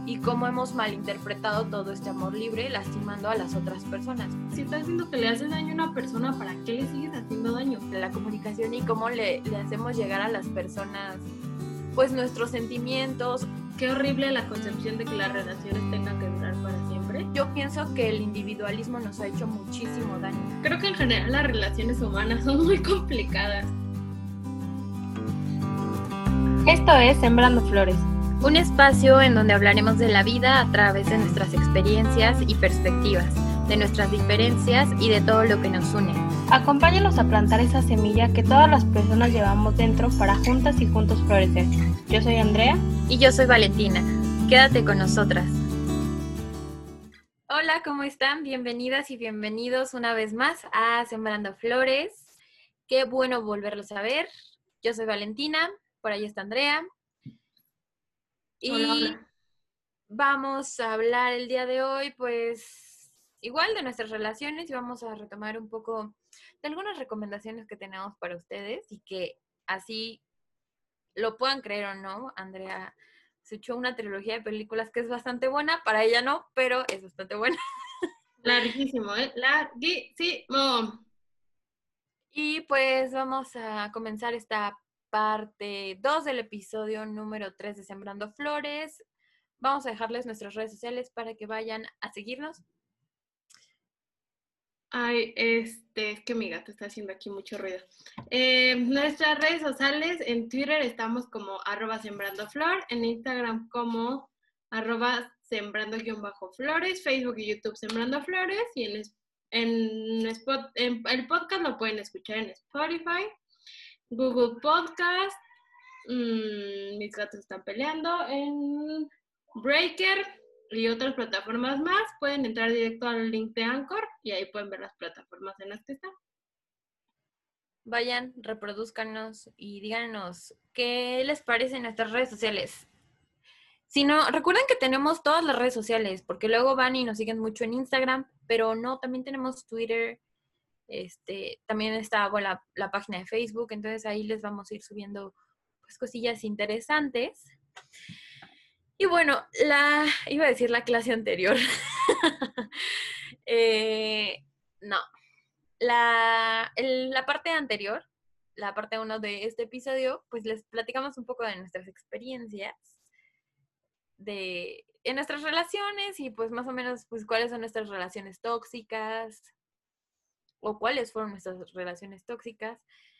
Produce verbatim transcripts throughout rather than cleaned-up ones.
y cómo hemos malinterpretado todo este amor libre, lastimando a las otras personas. Si estás viendo que le haces daño a una persona, ¿para qué le sigues haciendo daño? La comunicación y cómo le, le hacemos llegar a las personas pues nuestros sentimientos. Qué horrible la concepción de que las relaciones tengan que durar para siempre. Yo pienso que el individualismo nos ha hecho muchísimo daño. Creo que en general las relaciones humanas son muy complicadas. Esto es Sembrando Flores, un espacio en donde hablaremos de la vida a través de nuestras experiencias y perspectivas, de nuestras diferencias y de todo lo que nos une. Acompáñanos a plantar esa semilla que todas las personas llevamos dentro para juntas y juntos florecer. Yo soy Andrea. Y yo soy Valentina. Quédate con nosotras. Hola, ¿cómo están? Bienvenidas y bienvenidos una vez más a Sembrando Flores. Qué bueno volverlos a ver. Yo soy Valentina, por ahí está Andrea. Y hola, hola. Vamos a hablar el día de hoy, pues, igual de nuestras relaciones y vamos a retomar un poco de algunas recomendaciones que tenemos para ustedes y que así lo puedan creer o no, Andrea se echó una trilogía de películas que es bastante buena, para ella no, pero es bastante buena. Larguísimo, ¿eh? Larguísimo. Y pues vamos a comenzar esta parte dos del episodio número tres de Sembrando Flores. Vamos a dejarles nuestras redes sociales para que vayan a seguirnos. Ay, este, es que mi gato está haciendo aquí mucho ruido. Eh, nuestras redes sociales, en Twitter estamos como arroba sembrandoflor, en Instagram como arroba sembrando-flores, Facebook y YouTube Sembrando Flores, y en, en, Spot, en el podcast lo pueden escuchar en Spotify, Google Podcast, mmm, mis gatos están peleando, en Breaker y otras plataformas más. Pueden entrar directo al link de Anchor y ahí pueden ver las plataformas en las que están. Vayan, reproduzcanos y díganos qué les parece en nuestras redes sociales. Si no, recuerden que tenemos todas las redes sociales, porque luego van y nos siguen mucho en Instagram, pero no, también tenemos Twitter, este, también está bueno, la, la página de Facebook, entonces ahí les vamos a ir subiendo pues cosillas interesantes. Y bueno, la iba a decir la clase anterior. eh, no. La, el, la parte anterior, la parte uno de este episodio, pues les platicamos un poco de nuestras experiencias de, en nuestras relaciones y pues más o menos pues cuáles son nuestras relaciones tóxicas o cuáles fueron nuestras relaciones tóxicas.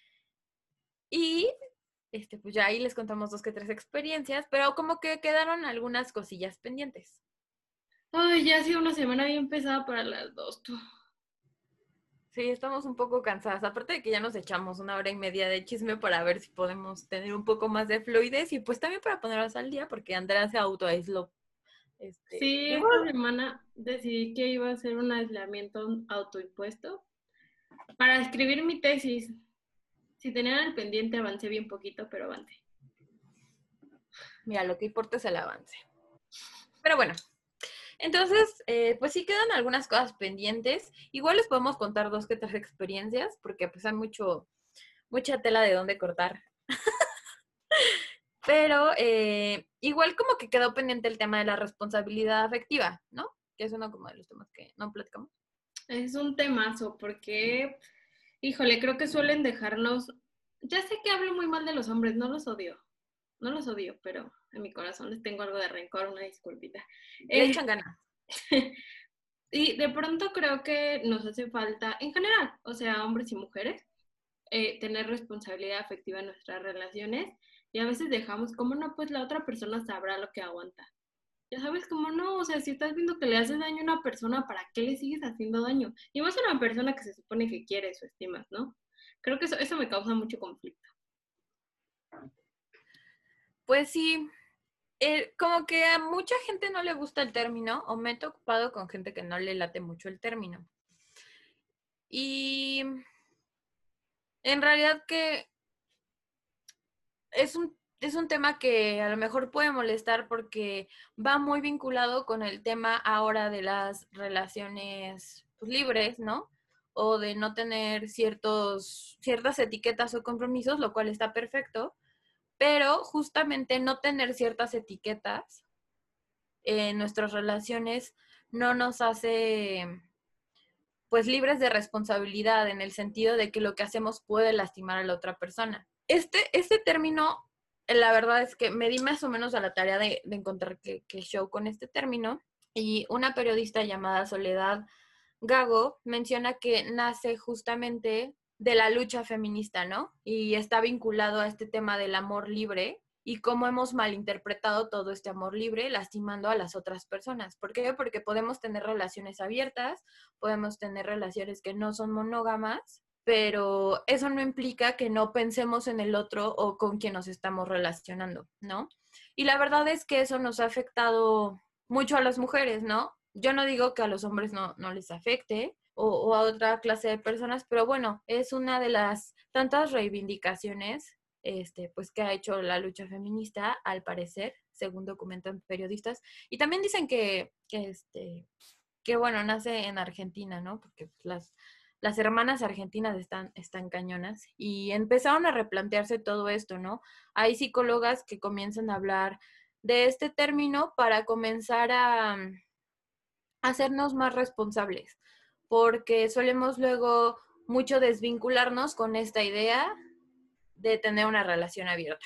Y este, pues ya ahí les contamos dos que tres experiencias, pero como que quedaron algunas cosillas pendientes. Ay, ya ha sido una semana bien pesada para las dos, tú. Sí, estamos un poco cansadas. Aparte de que ya nos echamos una hora y media de chisme para ver si podemos tener un poco más de fluidez y pues también para ponernos al día porque Andrea se autoaisló. Este, sí, esta semana decidí que iba a hacer un aislamiento autoimpuesto para escribir mi tesis. Si tenían el pendiente, avancé bien poquito, pero avancé. Mira, lo que importa es el avance. Pero bueno, entonces, eh, pues sí quedan algunas cosas pendientes. Igual les podemos contar dos que tres experiencias porque pues hay mucho, mucha tela de dónde cortar. Pero eh, igual como que quedó pendiente el tema de la responsabilidad afectiva, ¿no? Que es uno como de los temas que no platicamos. Es un temazo porque, híjole, creo que suelen dejarnos... Ya sé que hablo muy mal de los hombres, no los odio. No los odio, pero en mi corazón les tengo algo de rencor, una disculpita. Le Eh, echan ganas. y de pronto creo que nos hace falta, en general, o sea, hombres y mujeres, eh, tener responsabilidad afectiva en nuestras relaciones y a veces dejamos, como no, pues la otra persona sabrá lo que aguanta. Ya sabes, como no, o sea, si estás viendo que le haces daño a una persona, ¿para qué le sigues haciendo daño? Y más a una persona que se supone que quieres o estimas, ¿no? Creo que eso, eso me causa mucho conflicto. Pues sí, eh, como que a mucha gente no le gusta el término, o me he topado con gente que no le late mucho el término. Y en realidad que es un, es un tema que a lo mejor puede molestar porque va muy vinculado con el tema ahora de las relaciones pues, libres, ¿no? O de no tener ciertos, ciertas etiquetas o compromisos, lo cual está perfecto, pero justamente no tener ciertas etiquetas en nuestras relaciones no nos hace pues libres de responsabilidad en el sentido de que lo que hacemos puede lastimar a la otra persona. Este, este término, la verdad es que me di más o menos a la tarea de, de encontrar qué, qué show con este término, y una periodista llamada Soledad Gago menciona que nace justamente de la lucha feminista, ¿no? Y está vinculado a este tema del amor libre y cómo hemos malinterpretado todo este amor libre, lastimando a las otras personas. ¿Por qué? Porque podemos tener relaciones abiertas, podemos tener relaciones que no son monógamas, pero eso no implica que no pensemos en el otro o con quien nos estamos relacionando, ¿no? Y la verdad es que eso nos ha afectado mucho a las mujeres, ¿no? Yo no digo que a los hombres no, no les afecte o, o a otra clase de personas, pero bueno, es una de las tantas reivindicaciones este, pues, que ha hecho la lucha feminista, al parecer, según documentan periodistas. Y también dicen que, que, este, que bueno, nace en Argentina, ¿no? Porque las, las hermanas argentinas están, están cañonas y empezaron a replantearse todo esto, ¿no? Hay psicólogas que comienzan a hablar de este término para comenzar a hacernos más responsables, porque solemos luego mucho desvincularnos con esta idea de tener una relación abierta.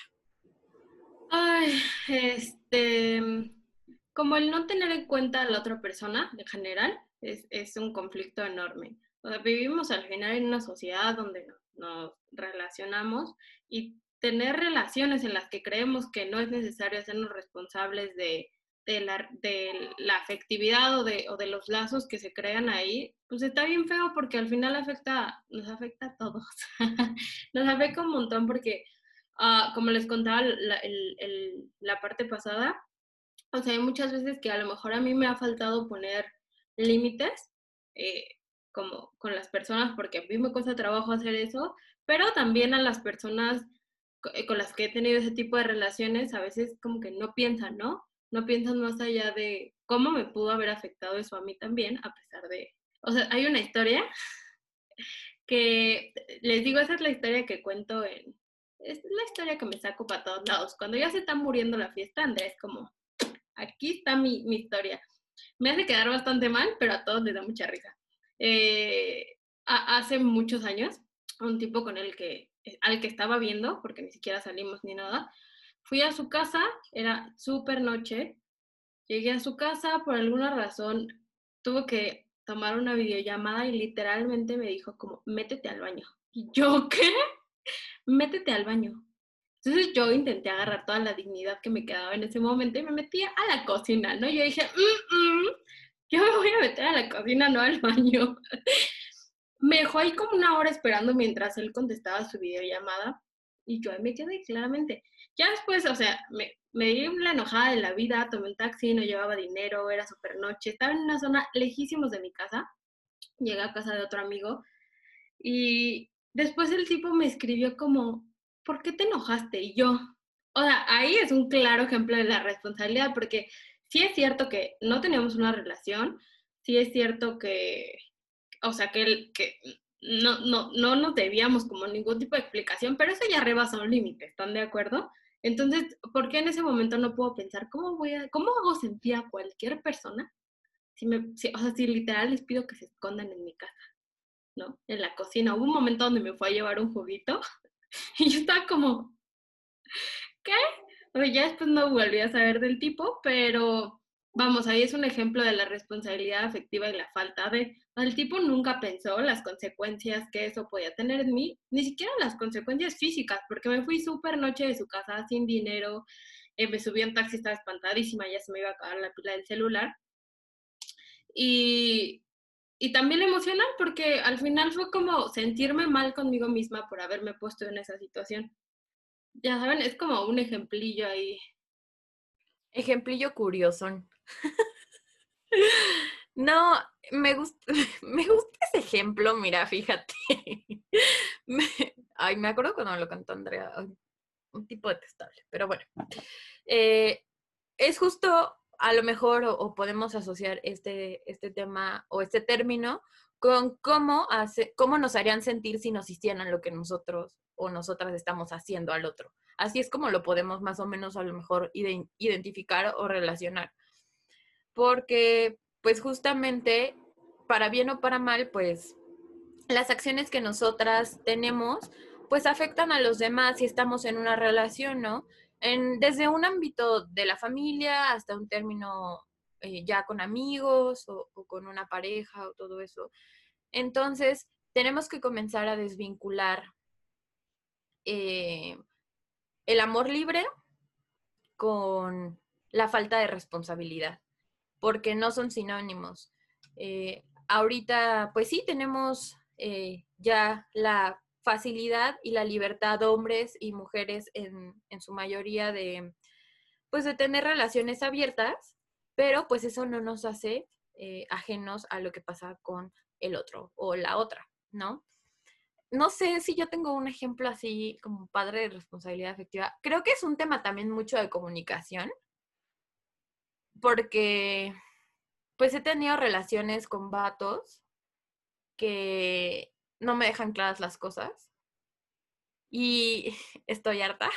Ay, este, como el no tener en cuenta a la otra persona en general es, es un conflicto enorme. O sea, vivimos al final en una sociedad donde nos relacionamos y tener relaciones en las que creemos que no es necesario hacernos responsables de, de, la, de la afectividad o de, o de los lazos que se crean ahí, pues está bien feo porque al final afecta, nos afecta a todos. Nos afecta un montón porque, uh, como les contaba la, el, el, la parte pasada, o sea, hay muchas veces que a lo mejor a mí me ha faltado poner límites, eh, como con las personas, porque a mí me cuesta trabajo hacer eso, pero también a las personas con las que he tenido ese tipo de relaciones, a veces como que no piensan, ¿no? No piensan más allá de cómo me pudo haber afectado eso a mí también, a pesar de... O sea, hay una historia que, les digo, esa es la historia que cuento en... Es la historia que me saco para todos lados. Cuando ya se está muriendo la fiesta, Andrea es como, aquí está mi, mi historia. Me hace quedar bastante mal, pero a todos les da mucha risa. Eh, a, hace muchos años, un tipo con el que, al que estaba viendo, porque ni siquiera salimos ni nada, fui a su casa, era súper noche, llegué a su casa, por alguna razón tuvo que tomar una videollamada y literalmente me dijo como, métete al baño. ¿Y yo qué? Métete al baño. Entonces yo intenté agarrar toda la dignidad que me quedaba en ese momento y me metí a la cocina, ¿no? Yo dije, mm, mm, yo me voy a meter a la cocina, no al baño. Me dejó ahí como una hora esperando mientras él contestaba su videollamada y yo ahí me quedé claramente. Ya después, o sea, me, me di la enojada de la vida, tomé un taxi, no llevaba dinero, era súper noche, estaba en una zona lejísimos de mi casa, llegué a casa de otro amigo y después el tipo me escribió como, ¿por qué te enojaste? Y yo, o sea, ahí es un claro ejemplo de la responsabilidad, porque sí es cierto que no teníamos una relación, sí es cierto que, o sea, que, que no, no, no nos debíamos como ningún tipo de explicación, pero eso ya rebasa un límite, ¿están de acuerdo? Entonces, ¿por qué en ese momento no puedo pensar cómo voy a, cómo hago sentir a cualquier persona si me, si, o sea, si literal les pido que se escondan en mi casa? ¿No? En la cocina. Hubo un momento donde me fue a llevar un juguito y yo estaba como, ¿qué? O sea, ya después no volví a saber del tipo, pero vamos, ahí es un ejemplo de la responsabilidad afectiva y la falta de... El tipo nunca pensó las consecuencias que eso podía tener en mí, ni siquiera las consecuencias físicas, porque me fui súper noche de su casa sin dinero, eh, me subí en taxi, estaba espantadísima, ya se me iba a acabar la pila del celular. Y, y también emocional porque al final fue como sentirme mal conmigo misma por haberme puesto en esa situación. Ya saben, es como un ejemplillo ahí. Ejemplillo curiosón. No, me gusta, me gusta ese ejemplo, mira, fíjate. Me, ay, me acuerdo cuando me lo cantó Andrea, un tipo detestable, pero bueno. Eh, es justo, a lo mejor, o, o podemos asociar este, este tema o este término con cómo, hace, cómo nos harían sentir si nos hicieran lo que nosotros o nosotras estamos haciendo al otro. Así es como lo podemos más o menos a lo mejor identificar o relacionar. porque pues justamente, para bien o para mal, pues las acciones que nosotras tenemos, pues afectan a los demás si estamos en una relación, ¿no? En, desde un ámbito de la familia hasta un término eh, ya con amigos o, o con una pareja o todo eso. Entonces, tenemos que comenzar a desvincular eh, el amor libre con la falta de responsabilidad, porque no son sinónimos. Eh, ahorita, pues sí, tenemos eh, ya la facilidad y la libertad, hombres y mujeres en, en su mayoría, de, pues, de tener relaciones abiertas, pero pues eso no nos hace eh, ajenos a lo que pasa con el otro o la otra, ¿no? No sé si yo tengo un ejemplo así como padre de responsabilidad afectiva. Creo que es un tema también mucho de comunicación, porque pues he tenido relaciones con vatos que no me dejan claras las cosas y estoy harta.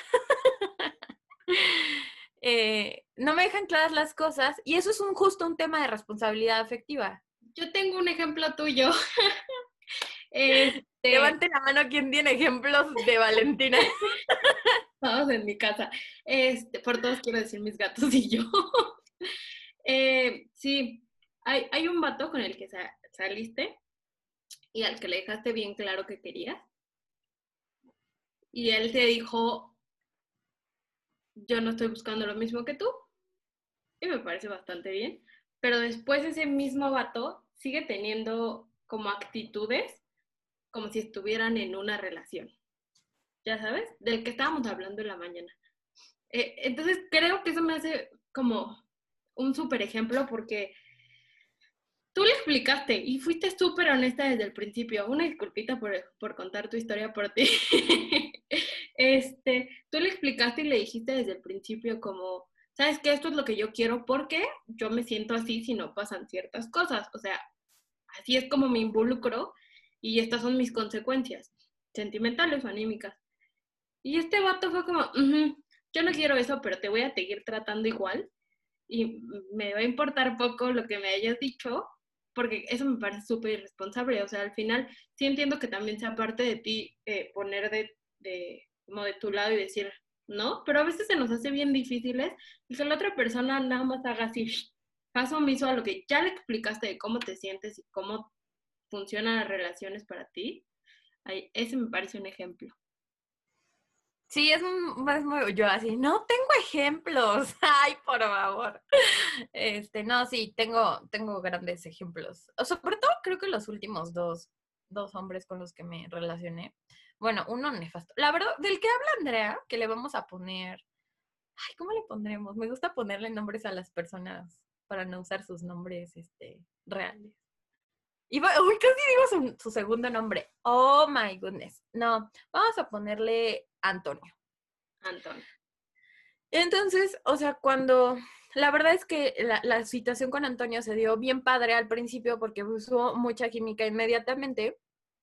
eh, no me dejan claras las cosas y eso es un justo un tema de responsabilidad afectiva. Yo tengo un ejemplo tuyo. Este, Levante la mano quien tiene ejemplos de Valentina. todos en mi casa. Este, por todos quiero decir mis gatos y yo. Eh, sí, hay, hay un vato con el que sa- saliste y al que le dejaste bien claro que querías. Y él te dijo, yo no estoy buscando lo mismo que tú. Y me parece bastante bien. Pero después ese mismo vato sigue teniendo como actitudes como si estuvieran en una relación. Ya sabes, del que estábamos hablando en la mañana. Eh, entonces creo que eso me hace como un súper ejemplo porque tú le explicaste y fuiste súper honesta desde el principio. Una disculpita por, por contar tu historia por ti. este, tú le explicaste y le dijiste desde el principio como, ¿sabes qué? Esto es lo que yo quiero porque yo me siento así si no pasan ciertas cosas. O sea, así es como me involucro y estas son mis consecuencias, sentimentales o anímicas. Y este vato fue como, uh-huh, yo no quiero eso, pero te voy a seguir tratando igual y me va a importar poco lo que me hayas dicho, porque eso me parece súper irresponsable. O sea, al final sí entiendo que también sea parte de ti eh, poner de, de, como de tu lado y decir, ¿no? Pero a veces se nos hace bien difíciles y que la otra persona nada más haga así, caso omiso a lo que ya le explicaste de cómo te sientes y cómo funcionan las relaciones para ti. Ay, ese me parece un ejemplo. Sí, es, es muy, yo así, no tengo ejemplos, ay, por favor. Este, no, sí, tengo, tengo grandes ejemplos. Sobre todo creo que los últimos dos, dos hombres con los que me relacioné. Bueno, uno nefasto. La verdad, del que habla Andrea, que le vamos a poner, ay, ¿cómo le pondremos? Me gusta ponerle nombres a las personas para no usar sus nombres, este, reales. Y va- uy, casi digo su, su segundo nombre. Oh my goodness. No, vamos a ponerle Antonio. Anton. Entonces, o sea, cuando la verdad es que la, la situación con Antonio se dio bien padre al principio porque usó mucha química inmediatamente,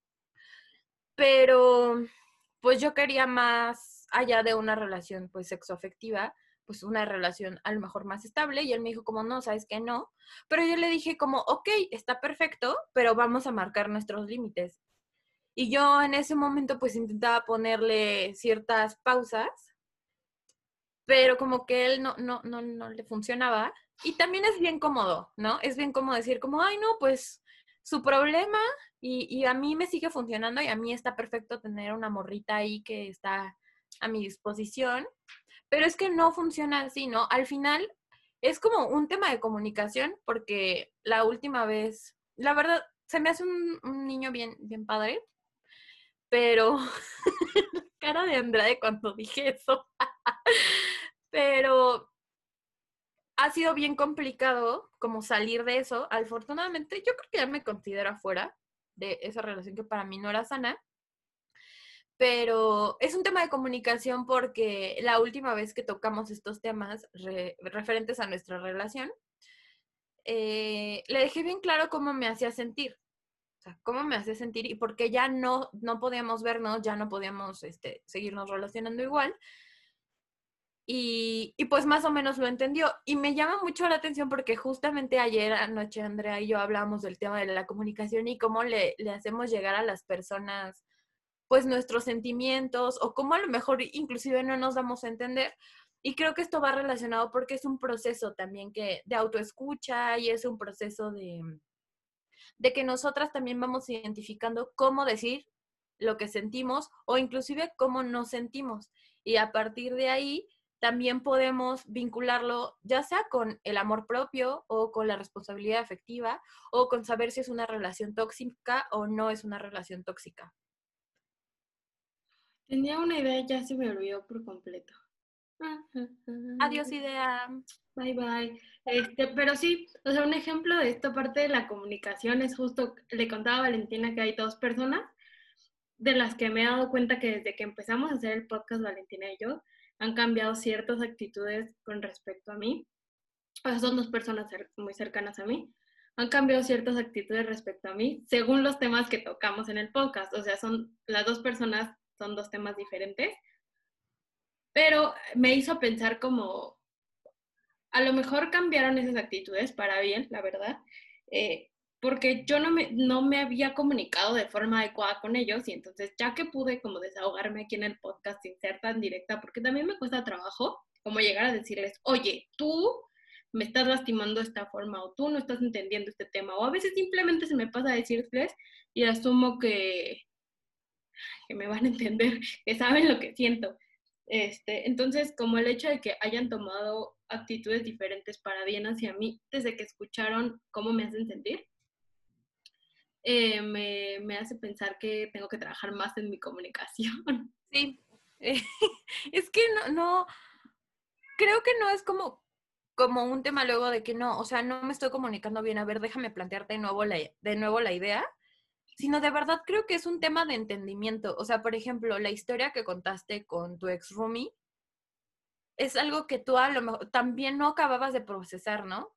pero pues yo quería más allá de una relación pues sexoafectiva, pues una relación a lo mejor más estable y él me dijo como no, sabes que no, pero yo le dije como ok, está perfecto, pero vamos a marcar nuestros límites. Y yo en ese momento pues intentaba ponerle ciertas pausas, pero como que él no, no, no, no le funcionaba. Y también es bien cómodo, ¿no? Es bien cómodo decir como, ay, no, pues su problema y, y a mí me sigue funcionando y a mí está perfecto tener una morrita ahí que está a mi disposición, pero es que no funciona así, ¿no? Al final es como un tema de comunicación porque la última vez, la verdad, se me hace un, un niño bien, bien padre, pero cara de Andrade cuando dije eso. Pero ha sido bien complicado como salir de eso. Afortunadamente, yo creo que ya me considero afuera de esa relación que para mí no era sana, pero es un tema de comunicación porque la última vez que tocamos estos temas re, referentes a nuestra relación, eh, le dejé bien claro cómo me hacía sentir. O sea, cómo me hacía sentir y por qué ya no, no podíamos vernos, ya no podíamos este, seguirnos relacionando igual. Y, y pues más o menos lo entendió. Y me llama mucho la atención porque justamente ayer anoche Andrea y yo hablábamos del tema de la comunicación y cómo le, le hacemos llegar a las personas pues nuestros sentimientos o cómo a lo mejor inclusive no nos damos a entender. Y creo que esto va relacionado porque es un proceso también que de autoescucha y es un proceso de, de que nosotras también vamos identificando cómo decir lo que sentimos o inclusive cómo nos sentimos. Y a partir de ahí también podemos vincularlo ya sea con el amor propio o con la responsabilidad afectiva o con saber si es una relación tóxica o no es una relación tóxica. Tenía una idea y ya se me olvidó por completo. Adiós, idea. Bye bye. Este, pero sí, o sea, un ejemplo de esta parte de la comunicación es justo, le contaba a Valentina que hay dos personas de las que me he dado cuenta que desde que empezamos a hacer el podcast, Valentina y yo, han cambiado ciertas actitudes con respecto a mí. O sea, son dos personas muy cercanas a mí. Han cambiado ciertas actitudes respecto a mí según los temas que tocamos en el podcast. O sea, son las dos personas, son dos temas diferentes. Pero me hizo pensar como, a lo mejor cambiaron esas actitudes para bien, la verdad, eh, porque yo no me, no me había comunicado de forma adecuada con ellos y entonces ya que pude como desahogarme aquí en el podcast sin ser tan directa, porque también me cuesta trabajo como llegar a decirles, oye, tú me estás lastimando de esta forma o tú no estás entendiendo este tema o a veces simplemente se me pasa a decirles y asumo que, que me van a entender, que saben lo que siento. Este, entonces, como el hecho de que hayan tomado actitudes diferentes para bien hacia mí desde que escucharon cómo me hacen sentir, eh, me, me hace pensar que tengo que trabajar más en mi comunicación. Sí, eh, es que no, no, creo que no es como, como un tema luego de que no, o sea, no me estoy comunicando bien, a ver, déjame plantearte de nuevo la, de nuevo la idea, sino de verdad creo que es un tema de entendimiento. O sea, por ejemplo, la historia que contaste con tu ex roomie es algo que tú a lo mejor también no acababas de procesar, ¿no?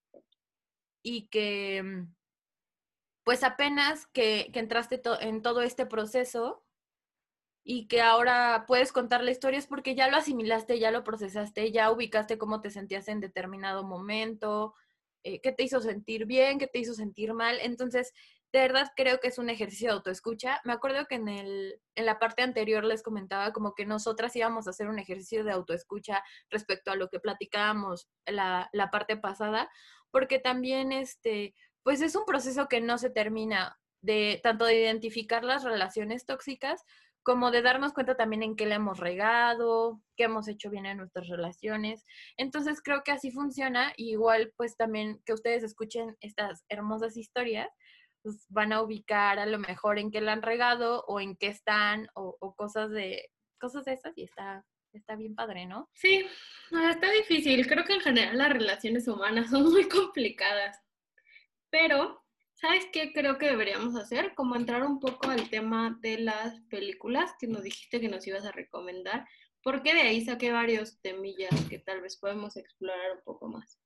Y que pues apenas que, que entraste to en todo este proceso y que ahora puedes contar la historia es porque ya lo asimilaste, ya lo procesaste, ya ubicaste cómo te sentías en determinado momento, eh, qué te hizo sentir bien, qué te hizo sentir mal. Entonces, de verdad creo que es un ejercicio de autoescucha. Me acuerdo que en, el, en la parte anterior les comentaba como que nosotras íbamos a hacer un ejercicio de autoescucha respecto a lo que platicábamos la, la parte pasada, porque también este, pues es un proceso que no se termina de tanto de identificar las relaciones tóxicas como de darnos cuenta también en qué le hemos regado, qué hemos hecho bien en nuestras relaciones. Entonces creo que así funciona. Y igual pues también que ustedes escuchen estas hermosas historias, pues van a ubicar a lo mejor en qué la han regado o en qué están o, o cosas de cosas de esas y está, está bien padre, ¿no? Sí, está difícil. Creo que en general las relaciones humanas son muy complicadas. Pero, ¿sabes qué creo que deberíamos hacer? Como entrar un poco al tema de las películas que nos dijiste que nos ibas a recomendar, porque de ahí saqué varios temillas que tal vez podemos explorar un poco más.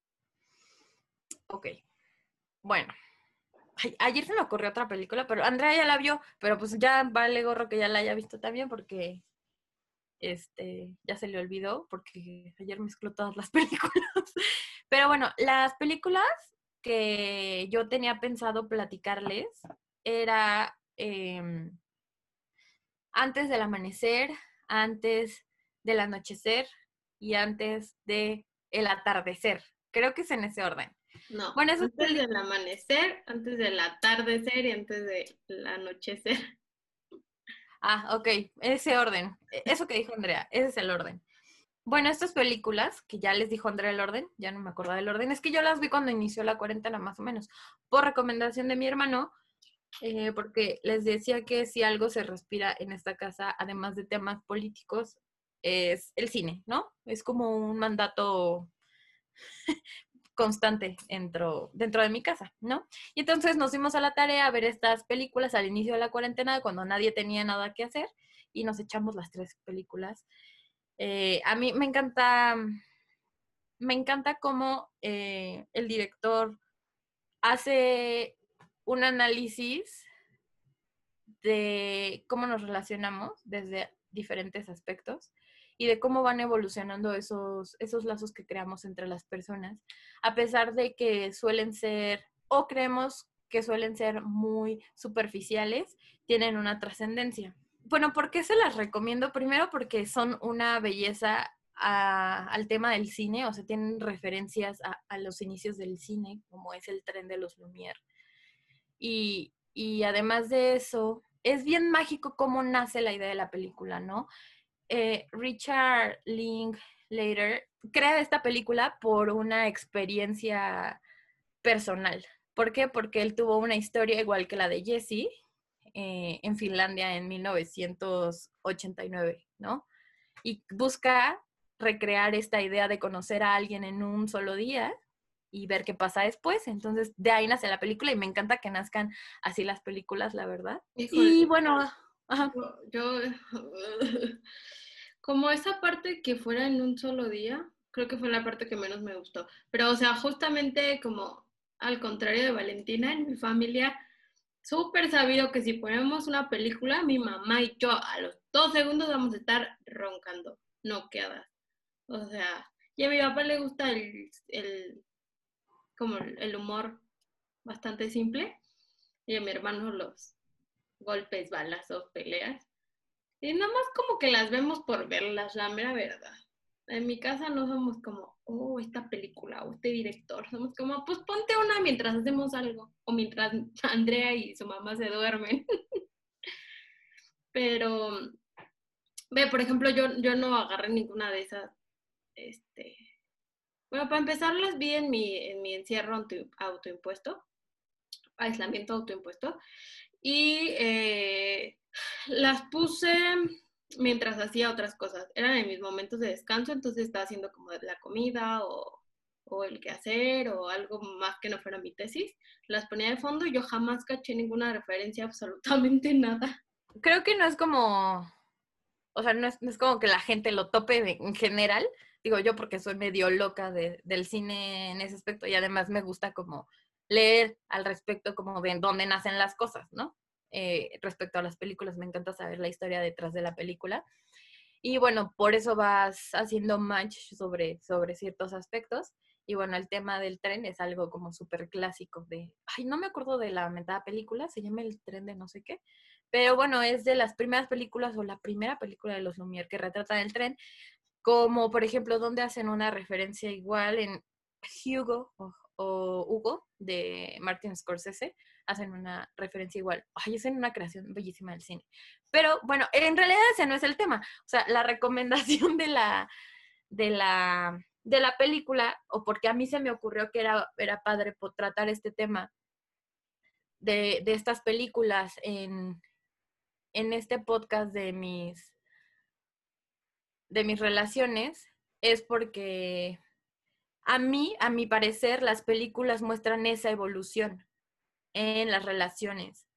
Ok, bueno. Ay, ayer se me ocurrió otra película, pero Andrea ya la vio, pero pues ya vale gorro que ya la haya visto también porque este, ya se le olvidó porque ayer mezcló todas las películas. Pero bueno, las películas que yo tenía pensado platicarles era eh, Antes del amanecer, Antes del anochecer y Antes de el atardecer. Creo que es en ese orden. No, Bueno, esas antes películas... del amanecer, antes del atardecer y antes del anochecer. Ah, ok, ese orden. Eso que dijo Andrea, ese es el orden. Bueno, estas películas, que ya les dijo Andrea el orden, ya no me acuerdo del orden, es que yo las vi cuando inició la cuarentena más o menos, por recomendación de mi hermano, eh, porque les decía que si algo se respira en esta casa, además de temas políticos, es el cine, ¿no? Es como un mandato constante dentro, dentro de mi casa, ¿no? Y entonces nos fuimos a la tarea a ver estas películas al inicio de la cuarentena, cuando nadie tenía nada que hacer, y nos echamos las tres películas. Eh, a mí me encanta me encanta cómo eh, el director hace un análisis de cómo nos relacionamos desde diferentes aspectos y de cómo van evolucionando esos, esos lazos que creamos entre las personas, a pesar de que suelen ser, o creemos que suelen ser muy superficiales, tienen una trascendencia. Bueno, ¿por qué se las recomiendo? Primero porque son una belleza a, al tema del cine, o sea, tienen referencias a, a los inicios del cine, como es el tren de los Lumière. Y, y además de eso, es bien mágico cómo nace la idea de la película, ¿no? Eh, Richard Linklater crea esta película por una experiencia personal. ¿Por qué? Porque él tuvo una historia igual que la de Jesse eh, en Finlandia en mil novecientos ochenta y nueve, ¿no? Y busca recrear esta idea de conocer a alguien en un solo día y ver qué pasa después. Entonces, de ahí nace la película y me encanta que nazcan así las películas, la verdad. Híjole, Y bueno, ajá. yo, yo como esa parte que fuera en un solo día, creo que fue la parte que menos me gustó. Pero, o sea, justamente como al contrario de Valentina, en mi familia, súper sabido que si ponemos una película, mi mamá y yo a los dos segundos vamos a estar roncando, noqueadas. O sea, y a mi papá le gusta el, el como el humor bastante simple, y a mi hermano los golpes, balazos, peleas. Y nada más como que las vemos por verlas, la mera verdad. En mi casa no somos como, oh, esta película o este director. Somos como, pues ponte una mientras hacemos algo. O mientras Andrea y su mamá se duermen. Pero, ve, por ejemplo, yo, yo no agarré ninguna de esas. Este, bueno, para empezar las vi en mi, en mi encierro auto, autoimpuesto, aislamiento autoimpuesto. Y eh, las puse mientras hacía otras cosas. Eran en mis momentos de descanso, entonces estaba haciendo como la comida o, o el quehacer o algo más que no fuera mi tesis. Las ponía de fondo y yo jamás caché ninguna referencia, absolutamente nada. Creo que no es como, o sea, no es, no es como que la gente lo tope de, en general. Digo yo porque soy medio loca de, del cine en ese aspecto y además me gusta como leer al respecto como de dónde nacen las cosas, ¿no? Eh, respecto a las películas, me encanta saber la historia detrás de la película. Y bueno, por eso vas haciendo match sobre, sobre ciertos aspectos. Y bueno, el tema del tren es algo como súper clásico de, ay, no me acuerdo de la mentada película, se llama El tren de no sé qué, pero bueno, es de las primeras películas o la primera película de los Lumière que retrata el tren, como por ejemplo, donde hacen una referencia igual en Hugo o, o Hugo de Martin Scorsese, hacen una referencia igual. Ay, es en una creación bellísima del cine. Pero bueno, en realidad ese no es el tema. O sea, la recomendación de la, de la, de la película, o porque a mí se me ocurrió que era, era padre por tratar este tema de, de estas películas en, en este podcast de mis, de mis relaciones, es porque a mí, a mi parecer, las películas muestran esa evolución en las relaciones.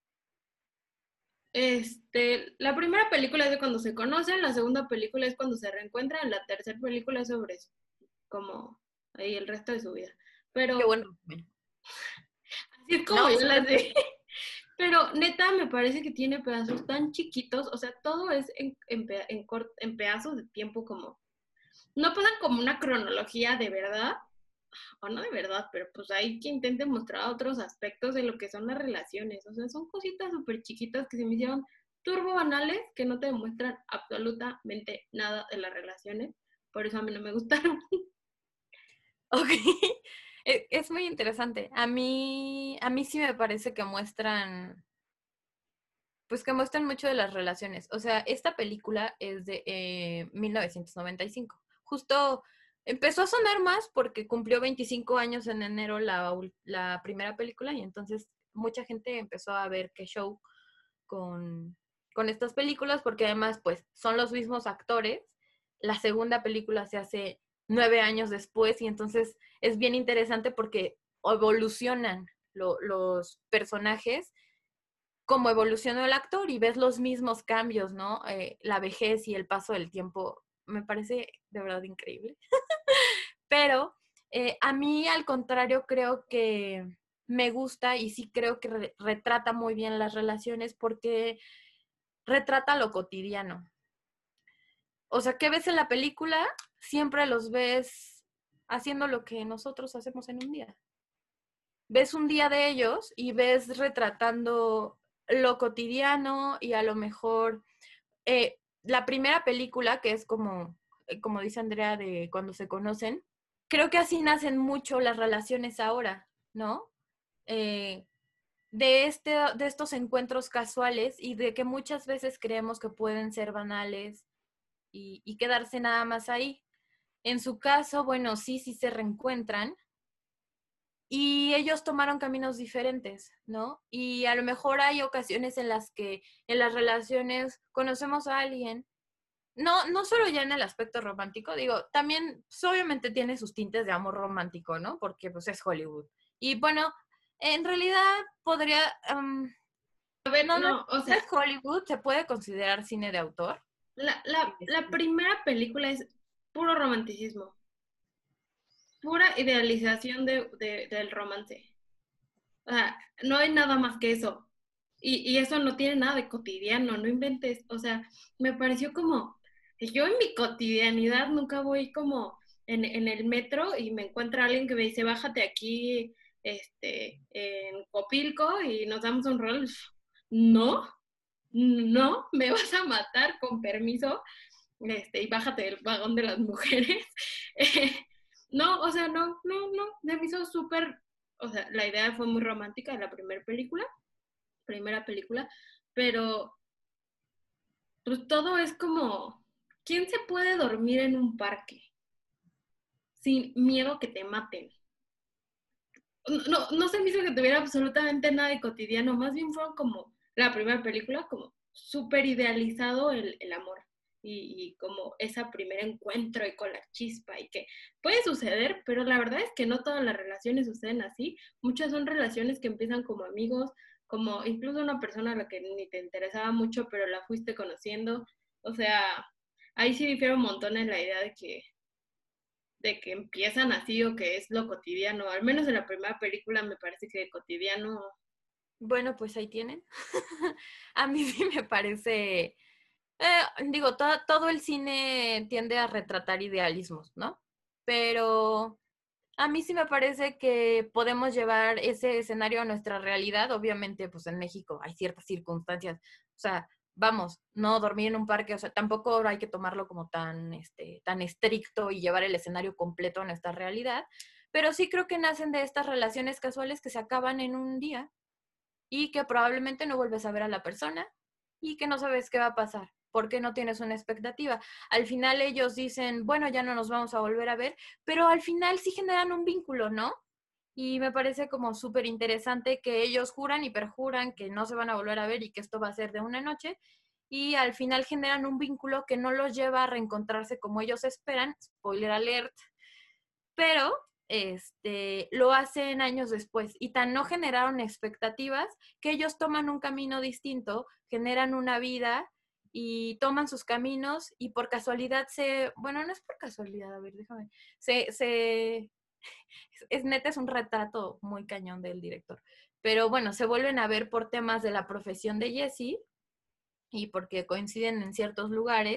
Este, la primera película es de cuando se conocen, la segunda película es cuando se reencuentran, la tercera película es sobre como ahí el resto de su vida. Qué Pero bueno. así es como No, yo sí, las sé. Pero neta me parece que tiene pedazos tan chiquitos, o sea, todo es en, en, en, en pedazos de tiempo como, no pasan como una cronología de verdad, o no de verdad, pero pues hay que intenten mostrar otros aspectos de lo que son las relaciones, o sea, son cositas súper chiquitas que se me hicieron turbo banales, que no te demuestran absolutamente nada de las relaciones, por eso a mí no me gustaron. ok. Es muy interesante. A mí, a mí sí me parece que muestran, pues que muestran mucho de las relaciones. O sea, esta película es de eh, mil novecientos noventa y cinco. Justo empezó a sonar más porque cumplió veinticinco años en enero la, la primera película y entonces mucha gente empezó a ver qué show con, con estas películas porque además pues son los mismos actores. La segunda película se hace nueve años después y entonces es bien interesante porque evolucionan lo, los personajes como evolucionó el actor y ves los mismos cambios, ¿no? Eh, la vejez y el paso del tiempo me parece de verdad increíble. Pero eh, a mí al contrario creo que me gusta y sí creo que re retrata muy bien las relaciones porque retrata lo cotidiano. o sea, ¿qué ves en la película? Siempre los ves haciendo lo que nosotros hacemos en un día. Ves un día de ellos y ves retratando lo cotidiano y a lo mejor eh, la primera película, que es como, eh, como dice Andrea, de cuando se conocen, creo que así nacen mucho las relaciones ahora, ¿no? Eh, de, este, de estos encuentros casuales y de que muchas veces creemos que pueden ser banales y, y quedarse nada más ahí. En su caso, bueno, sí, sí se reencuentran y ellos tomaron caminos diferentes, ¿no? Y a lo mejor hay ocasiones en las que en las relaciones conocemos a alguien, no, no solo ya en el aspecto romántico, digo, también pues, obviamente tiene sus tintes de amor romántico, ¿no? Porque pues es Hollywood. Y bueno, en realidad podría, um, A ver, no, no, no, o no sea, es Hollywood, se puede considerar cine de autor. la, la, la primera película es puro romanticismo, pura idealización de, de, del romance. O sea, no hay nada más que eso. Y, y eso no tiene nada de cotidiano, no inventes. O sea, me pareció como, yo en mi cotidianidad nunca voy como en, en el metro y me encuentra alguien que me dice, bájate aquí, este, en Copilco y nos damos un rol. No, no, me vas a matar con permiso, este, y bájate del vagón de las mujeres. no, o sea, no, no, no, se me hizo súper, o sea, la idea fue muy romántica de la primera película, primera película, pero pues todo es como, ¿quién se puede dormir en un parque sin miedo que te maten? No, no se me hizo que tuviera absolutamente nada de cotidiano, más bien fueron como la primera película, como súper idealizado el, el amor y, y como ese primer encuentro y con la chispa y que puede suceder, pero la verdad es que no todas las relaciones suceden así, muchas son relaciones que empiezan como amigos, como incluso una persona a la que ni te interesaba mucho, pero la fuiste conociendo, o sea, ahí sí difiere un montón en la idea de que de que empiezan así o que es lo cotidiano. Al menos en la primera película me parece que cotidiano. Bueno, pues ahí tienen. A mí sí me parece, eh, digo, to- todo el cine tiende a retratar idealismos, ¿no? Pero a mí sí me parece que podemos llevar ese escenario a nuestra realidad. Obviamente, pues en México hay ciertas circunstancias. O sea, vamos, no dormir en un parque, o sea, tampoco hay que tomarlo como tan, este, tan estricto y llevar el escenario completo a nuestra realidad. Pero sí creo que nacen de estas relaciones casuales que se acaban en un día y que probablemente no vuelves a ver a la persona y que no sabes qué va a pasar, porque no tienes una expectativa. Al final ellos dicen, bueno, ya no nos vamos a volver a ver, pero al final sí generan un vínculo, ¿no? Y me parece como súper interesante que ellos juran y perjuran que no se van a volver a ver y que esto va a ser de una noche, y al final generan un vínculo que no los lleva a reencontrarse como ellos esperan, spoiler alert, pero este, lo hacen años después y tan no generaron expectativas que ellos toman un camino distinto, generan una vida y toman sus caminos y por casualidad se, bueno, no es por casualidad, a ver, déjame, se, se, es neta, es un retrato muy cañón del director, pero bueno, se vuelven a ver por temas de la profesión de Jesse y porque coinciden en ciertos lugares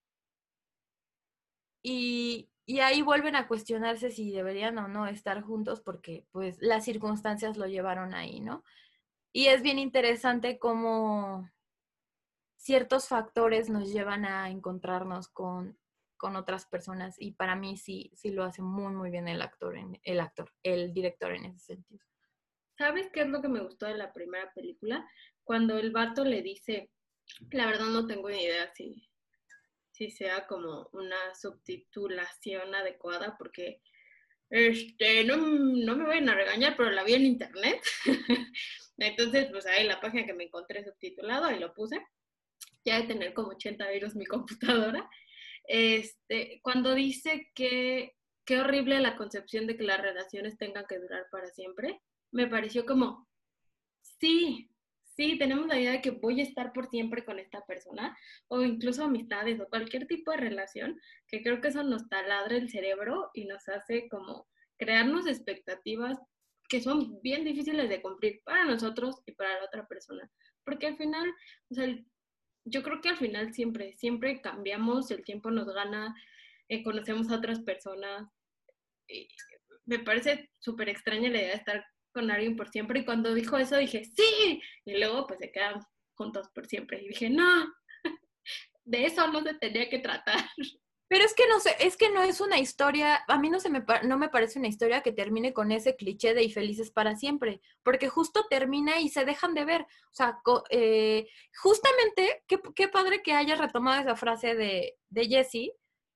y, y ahí vuelven a cuestionarse si deberían o no estar juntos porque pues las circunstancias lo llevaron ahí, ¿no? Y es bien interesante cómo ciertos factores nos llevan a encontrarnos con, con otras personas y para mí sí, sí lo hace muy, muy bien el actor, en, el actor, el director en ese sentido. ¿Sabes qué es lo que me gustó de la primera película? Cuando el vato le dice, la verdad no tengo ni idea si, si sea como una subtitulación adecuada, porque este, no, no me vayan a regañar, pero la vi en internet. Entonces, pues ahí la página que me encontré subtitulado, ahí lo puse. Ya de tener como ochenta virus mi computadora. Este, cuando dice que qué horrible la concepción de que las relaciones tengan que durar para siempre, me pareció como, sí, sí, tenemos la idea de que voy a estar por siempre con esta persona, o incluso amistades o cualquier tipo de relación, que creo que eso nos taladra el cerebro y nos hace como crearnos expectativas que son bien difíciles de cumplir para nosotros y para la otra persona. Porque al final, o sea, yo creo que al final siempre, siempre cambiamos, el tiempo nos gana, eh, conocemos a otras personas. Y me parece súper extraña la idea de estar con alguien por siempre. Y cuando dijo eso dije, sí. Y luego pues se quedan juntos por siempre. Y dije, no, de eso no se tenía que tratar. Pero es que no sé, es que no es una historia, a mí no se me pa- no me parece una historia que termine con ese cliché de y felices para siempre, porque justo termina y se dejan de ver. O sea, co- eh, justamente, qué, qué padre que hayas retomado esa frase de, de Jessie,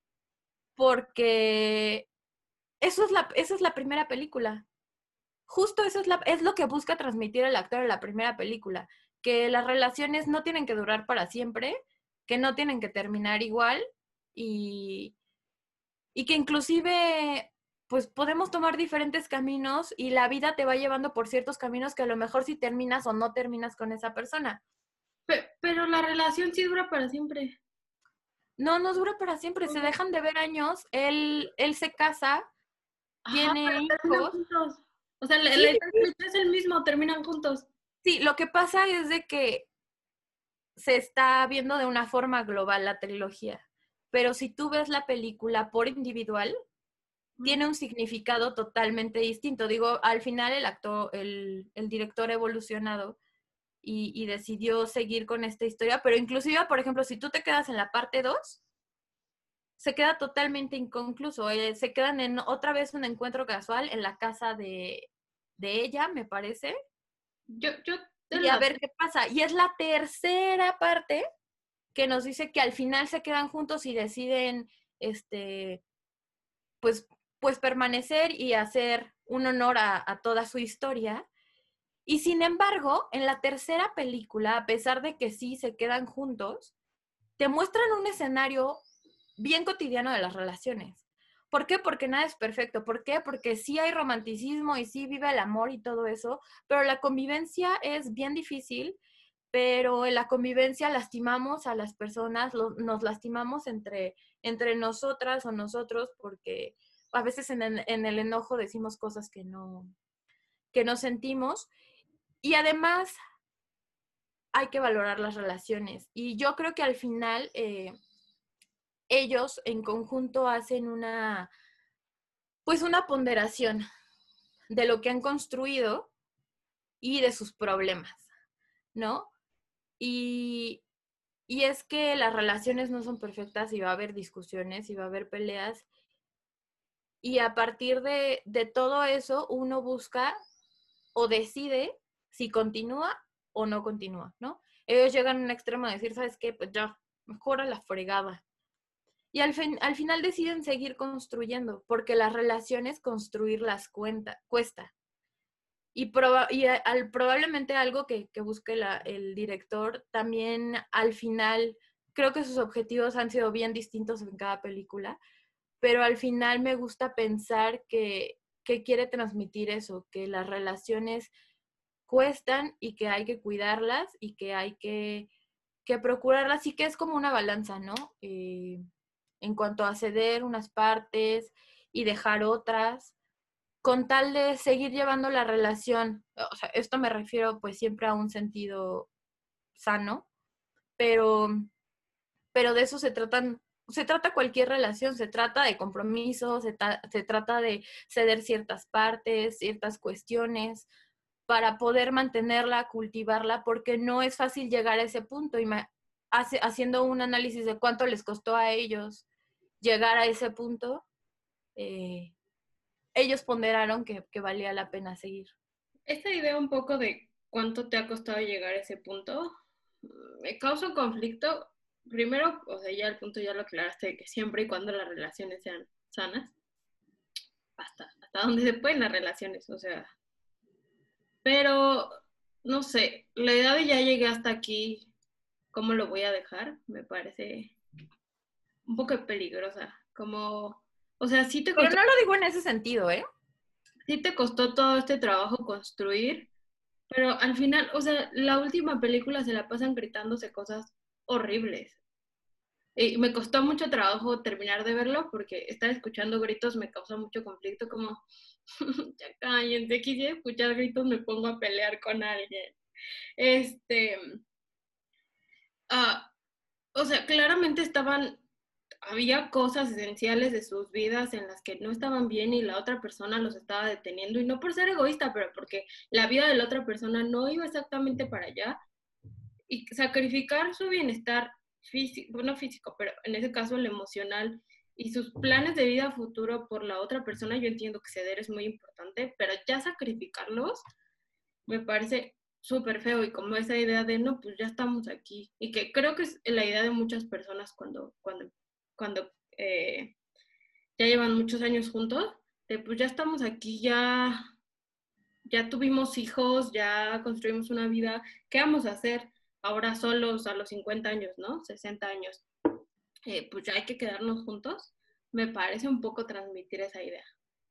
porque eso es la, esa es la primera película. Justo eso es, la, es lo que busca transmitir el actor en la primera película, que las relaciones no tienen que durar para siempre, que no tienen que terminar igual y y que inclusive pues podemos tomar diferentes caminos y la vida te va llevando por ciertos caminos que a lo mejor si terminas o no terminas con esa persona. Pe- Pero la relación sí dura para siempre. No, no dura para siempre, O se sea, dejan de ver años, él, él se casa, ajá, tiene pero terminan hijos. juntos. O sea, el, el, Sí, el sí, sí, cliché es el mismo, terminan juntos. sí, lo que pasa es de que se está viendo de una forma global la trilogía, pero si tú ves la película por individual, tiene un significado totalmente distinto. Digo, al final el actor, el, el director ha evolucionado y, y decidió seguir con esta historia, pero inclusive, por ejemplo, si tú te quedas en la parte dos, se queda totalmente inconcluso. Eh, se quedan en otra vez un encuentro casual en la casa de, de ella, me parece, Yo, yo te y a la... ver qué pasa. Y es la tercera parte que nos dice que al final se quedan juntos y deciden, este, pues, pues permanecer y hacer un honor a, a toda su historia. Y sin embargo, en la tercera película, a pesar de que sí se quedan juntos, te muestran un escenario bien cotidiano de las relaciones. ¿Por qué? Porque nada es perfecto. ¿Por qué? Porque sí hay romanticismo y sí vive el amor y todo eso, pero la convivencia es bien difícil, pero en la convivencia lastimamos a las personas, lo, nos lastimamos entre, entre nosotras o nosotros porque a veces en el, en el enojo decimos cosas que no, que no sentimos. Y además hay que valorar las relaciones. Y yo creo que al final eh, ellos en conjunto hacen una, pues una ponderación de lo que han construido y de sus problemas, ¿no? Y, y es que las relaciones no son perfectas y va a haber discusiones y va a haber peleas. Y a partir de, de todo eso, uno busca o decide si continúa o no continúa, ¿no? Ellos llegan a un extremo de decir, ¿sabes qué? Pues ya, mejor a la fregada. Y al, fin, al final deciden seguir construyendo, porque las relaciones construirlas cuenta, cuesta. Y, proba y al, probablemente algo que, que busque la, el director también al final, creo que sus objetivos han sido bien distintos en cada película, pero al final me gusta pensar que, que quiere transmitir eso, que las relaciones cuestan y que hay que cuidarlas y que hay que, que procurarlas y que es como una balanza, ¿no? Eh, en cuanto a ceder unas partes y dejar otras, con tal de seguir llevando la relación. O sea, esto me refiero pues siempre a un sentido sano, pero, pero de eso se tratan, se trata cualquier relación, se trata de compromiso, se, ta- se trata de ceder ciertas partes, ciertas cuestiones, para poder mantenerla, cultivarla, porque no es fácil llegar a ese punto. Y me, hace, haciendo un análisis de cuánto les costó a ellos llegar a ese punto, eh, ellos ponderaron que, que valía la pena seguir. Esta idea un poco de cuánto te ha costado llegar a ese punto, mm, me causa un conflicto. Primero, o sea, ya el punto ya lo aclaraste, de que siempre y cuando las relaciones sean sanas, hasta, hasta donde se pueden las relaciones, o sea, pero no sé, la edad de ya llegué hasta aquí, ¿cómo lo voy a dejar? Me parece un poco peligrosa, como, o sea, sí te Pero costó, no lo digo en ese sentido, ¿eh? sí te costó todo este trabajo construir, pero al final, o sea, la última película se la pasan gritándose cosas horribles. Y me costó mucho trabajo terminar de verlo porque estar escuchando gritos me causó mucho conflicto, como, ya cállense, quisiera escuchar gritos, me pongo a pelear con alguien. Este, ah, o sea, claramente estaban, había cosas esenciales de sus vidas en las que no estaban bien y la otra persona los estaba deteniendo, y no por ser egoísta, pero porque la vida de la otra persona no iba exactamente para allá, y sacrificar su bienestar físico, bueno, físico, pero en ese caso el emocional y sus planes de vida futuro por la otra persona, yo entiendo que ceder es muy importante, pero ya sacrificarlos me parece súper feo, y como esa idea de no, pues ya estamos aquí, y que creo que es la idea de muchas personas cuando, cuando, cuando eh, ya llevan muchos años juntos, de pues ya estamos aquí, ya, ya tuvimos hijos, ya construimos una vida, ¿qué vamos a hacer ahora solos a los cincuenta años, ¿no? sesenta años. Eh, pues ya hay que quedarnos juntos. Me parece un poco transmitir esa idea.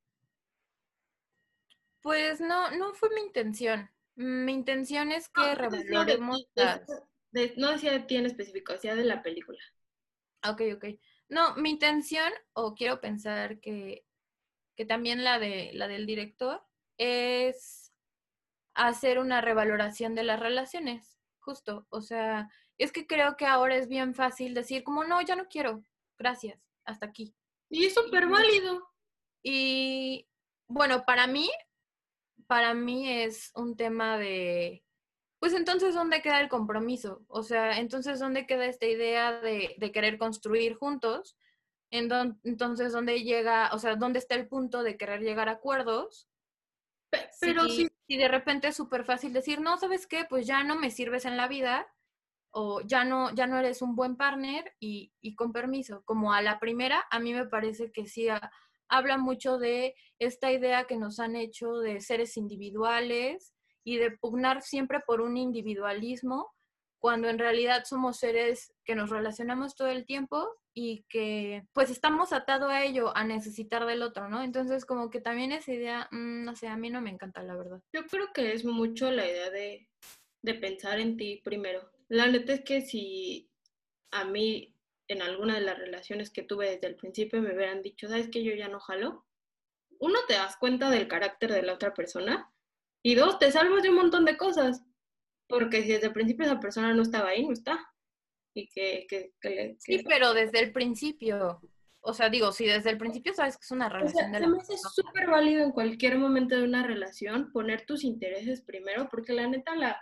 Pues no, no fue mi intención. Mi intención es que No, no decía de revaloremos ti, decía las... de- no decía de ti en específico, decía de la película. Ok, ok. No, mi intención, o quiero pensar que, que también la de la del director, es hacer una revaloración de las relaciones, justo. O sea, es que creo que ahora es bien fácil decir como, no, ya no quiero, gracias, hasta aquí. Y es súper Y, válido. y bueno, para mí, para mí es un tema de, pues entonces, ¿dónde queda el compromiso? O sea, entonces, ¿dónde queda esta idea de, de querer construir juntos? En don, entonces, ¿dónde llega, o sea, dónde está el punto de querer llegar a acuerdos? Pe- Pero sí, Si, si de repente es súper fácil decir, no, ¿sabes qué? Pues ya no me sirves en la vida o ya no, ya no eres un buen partner y, y con permiso. Como a la primera, a mí me parece que sí a, habla mucho de esta idea que nos han hecho de seres individuales y de pugnar siempre por un individualismo, cuando en realidad somos seres que nos relacionamos todo el tiempo y que pues estamos atados a ello, a necesitar del otro, ¿no? Entonces como que también esa idea, mmm, no sé, a mí no me encanta, la verdad. yo creo que es mucho la idea de, de pensar en ti primero. La neta es que si a mí en alguna de las relaciones que tuve desde el principio me hubieran dicho, ¿sabes qué? Yo ya no jalo. Uno, te das cuenta del carácter de la otra persona, y dos, te salvas de un montón de cosas. Porque si desde el principio esa persona no estaba ahí, no está. Y que, que, que, Sí, que pero desde el principio, o sea, digo, si desde el principio sabes que es una O relación sea, de se la me hace persona. súper válido en cualquier momento de una relación poner tus intereses primero, porque la neta, la,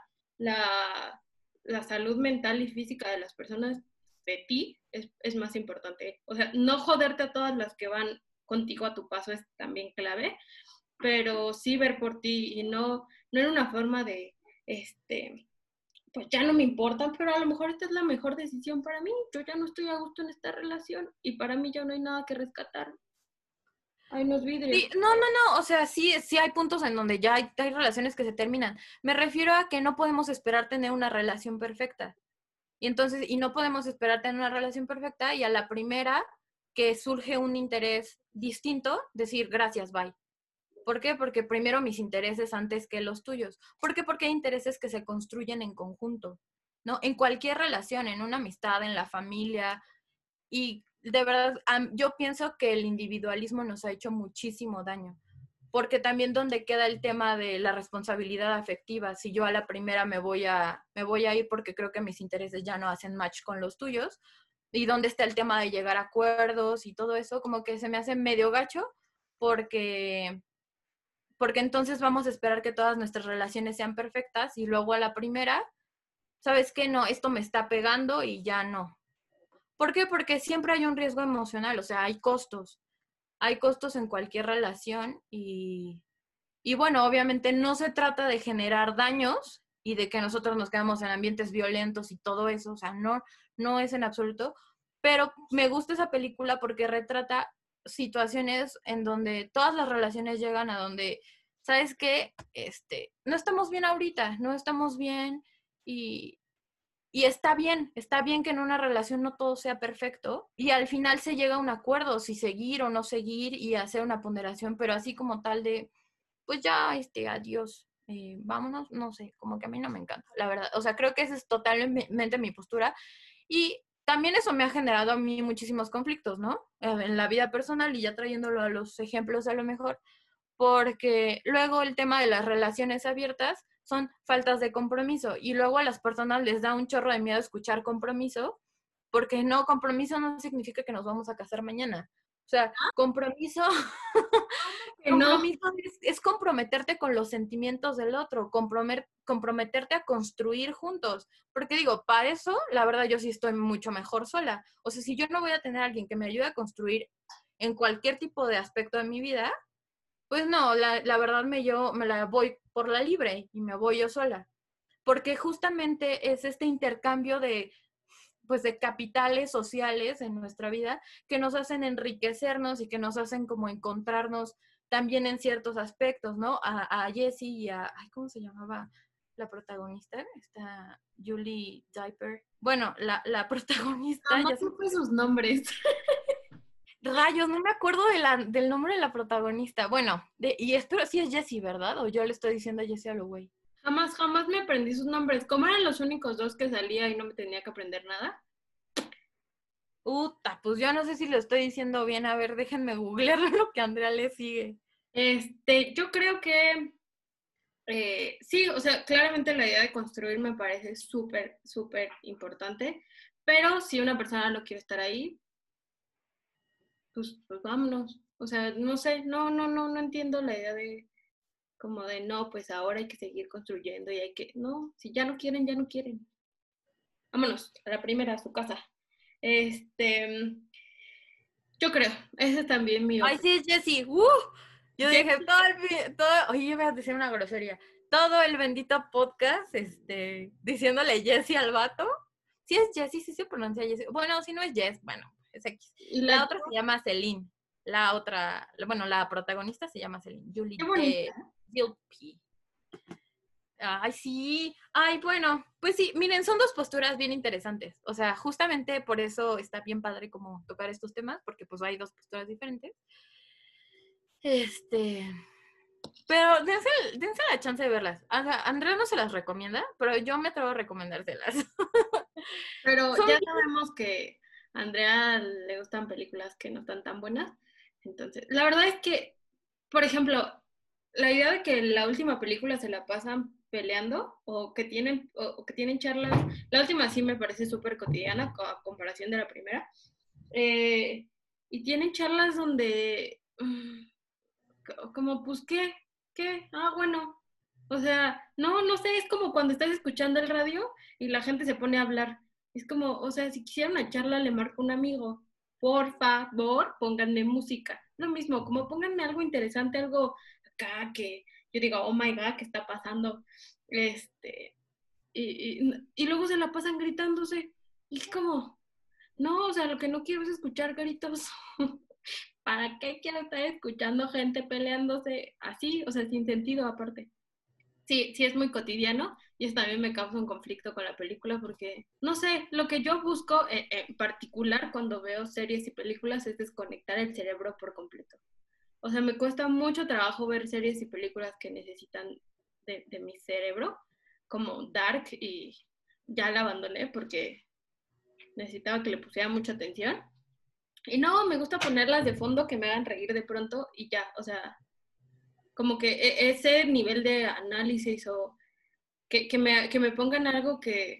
la, la salud mental y física de las personas, de ti, es, es más importante. O sea, no joderte a todas las que van contigo a tu paso es también clave, pero sí ver por ti, y no, no en una forma de, este, pues ya no me importan, pero a lo mejor esta es la mejor decisión para mí. Yo ya no estoy a gusto en esta relación y para mí ya no hay nada que rescatar. Hay unos vidrios. Sí, no, no, no, o sea, sí, sí hay puntos en donde ya hay, hay relaciones que se terminan. Me refiero a que no podemos esperar tener una relación perfecta. Y entonces, y no podemos esperar tener una relación perfecta y a la primera que surge un interés distinto, decir gracias, bye. ¿Por qué? Porque primero mis intereses antes que los tuyos. ¿Por qué? Porque hay intereses que se construyen en conjunto, ¿no? En cualquier relación, en una amistad, en la familia. Y de verdad, yo pienso que el individualismo nos ha hecho muchísimo daño. Porque también donde queda el tema de la responsabilidad afectiva, si yo a la primera me voy a, me voy a ir porque creo que mis intereses ya no hacen match con los tuyos, y dónde está el tema de llegar a acuerdos y todo eso, como que se me hace medio gacho, porque porque entonces vamos a esperar que todas nuestras relaciones sean perfectas y luego a la primera, ¿sabes qué? No, esto me está pegando y ya no. ¿Por qué? Porque siempre hay un riesgo emocional, o sea, hay costos. Hay costos en cualquier relación y, y bueno, obviamente no se trata de generar daños y de que nosotros nos quedamos en ambientes violentos y todo eso, o sea, no, no es en absoluto, pero me gusta esa película porque retrata situaciones en donde todas las relaciones llegan a donde, ¿sabes qué? Este, no estamos bien ahorita, no estamos bien y, y está bien, está bien que en una relación no todo sea perfecto y al final se llega a un acuerdo si seguir o no seguir y hacer una ponderación, pero así como tal de, pues ya, este, adiós, eh, vámonos, no sé, como que a mí no me encanta, la verdad. O sea, creo que esa es totalmente mi postura y también eso me ha generado a mí muchísimos conflictos, ¿no? En la vida personal y ya trayéndolo a los ejemplos a lo mejor, porque luego el tema de las relaciones abiertas son faltas de compromiso y luego a las personas les da un chorro de miedo escuchar compromiso porque no, compromiso no significa que nos vamos a casar mañana. O sea, compromiso, Que no. compromiso es, es comprometerte con los sentimientos del otro, compromer, comprometerte a construir juntos. Porque digo, para eso, la verdad, yo sí estoy mucho mejor sola. O sea, si yo no voy a tener a alguien que me ayude a construir en cualquier tipo de aspecto de mi vida, pues no, la, la verdad me, yo, me la voy por la libre y me voy yo sola. Porque justamente es este intercambio de, pues, de capitales sociales en nuestra vida que nos hacen enriquecernos y que nos hacen como encontrarnos también en ciertos aspectos, ¿no? A, a Jessie y a, ay, ¿cómo se llamaba la protagonista? Esta Julie Diaper. Bueno, la, la protagonista, Jamás ya se... supe sus nombres. Rayos, no me acuerdo de la, del nombre de la protagonista. Bueno, de, y espero sí es Jessie, ¿verdad? O yo le estoy diciendo a Jessie Holloway. Jamás, jamás me aprendí sus nombres. Como eran los únicos dos que salía y no me tenía que aprender nada. Uta, pues yo no sé si lo estoy diciendo bien. A ver, déjenme googlear lo que Andrea le sigue. Este, yo creo que eh, sí, o sea, claramente la idea de construir me parece súper, súper importante, pero si una persona no quiere estar ahí, pues, pues vámonos. O sea, no sé, no, no, no, no entiendo la idea de como de no, pues ahora hay que seguir construyendo y hay que, no, si ya no quieren, ya no quieren. Vámonos, a la primera, a su casa. Este, yo creo, ese es también mi Ay, opinión. sí, es Jessie. ¡Uh! Yo Ya- dije, todo el, todo, oye, yo voy a decir una grosería. Todo el bendito podcast, este, diciéndole Jessie al vato. Sí es Jessie, sí se pronuncia Jessie. Bueno, si no es Jess, bueno, es X. y La la, otra se llama Celine. La otra, bueno, la protagonista se llama Celine. Julie, qué bonita. eh, Jill P. Ay, sí. Ay, bueno, pues sí, miren, son dos posturas bien interesantes. O sea, justamente por eso está bien padre como tocar estos temas, porque pues hay dos posturas diferentes. Este, pero dense, dense la chance de verlas. O sea, Andrea no se las recomienda, pero yo me atrevo a recomendárselas. Pero Son ya bien- sabemos que a Andrea le gustan películas que no están tan buenas. Entonces, la verdad es que, por ejemplo, la idea de que la última película se la pasan peleando o que tienen, o, o que tienen charlas, la última sí me parece súper cotidiana a comparación de la primera. Eh, y tienen charlas donde, mm, como, pues, ¿qué? ¿Qué? Ah, bueno. O sea, no, no sé, es como cuando estás escuchando el radio y la gente se pone a hablar. Es como, o sea, si quisiera una charla, le marco un amigo. Por favor, pónganme música. Lo mismo, como pónganme algo interesante, algo acá que yo diga, oh my God, ¿qué está pasando? Este, y, y, y luego se la pasan gritándose. Y es como, no, o sea, lo que no quiero es escuchar gritos. ¿Para qué quiero estar escuchando gente peleándose así? O sea, sin sentido aparte. Sí, sí es muy cotidiano y eso también me causa un conflicto con la película porque, no sé, lo que yo busco en, en particular cuando veo series y películas es desconectar el cerebro por completo. O sea, me cuesta mucho trabajo ver series y películas que necesitan de, de mi cerebro, como Dark, y ya la abandoné porque necesitaba que le pusiera mucha atención. Y no, me gusta ponerlas de fondo que me hagan reír de pronto y ya, o sea, como que e- ese nivel de análisis o que, que, me, que me pongan algo que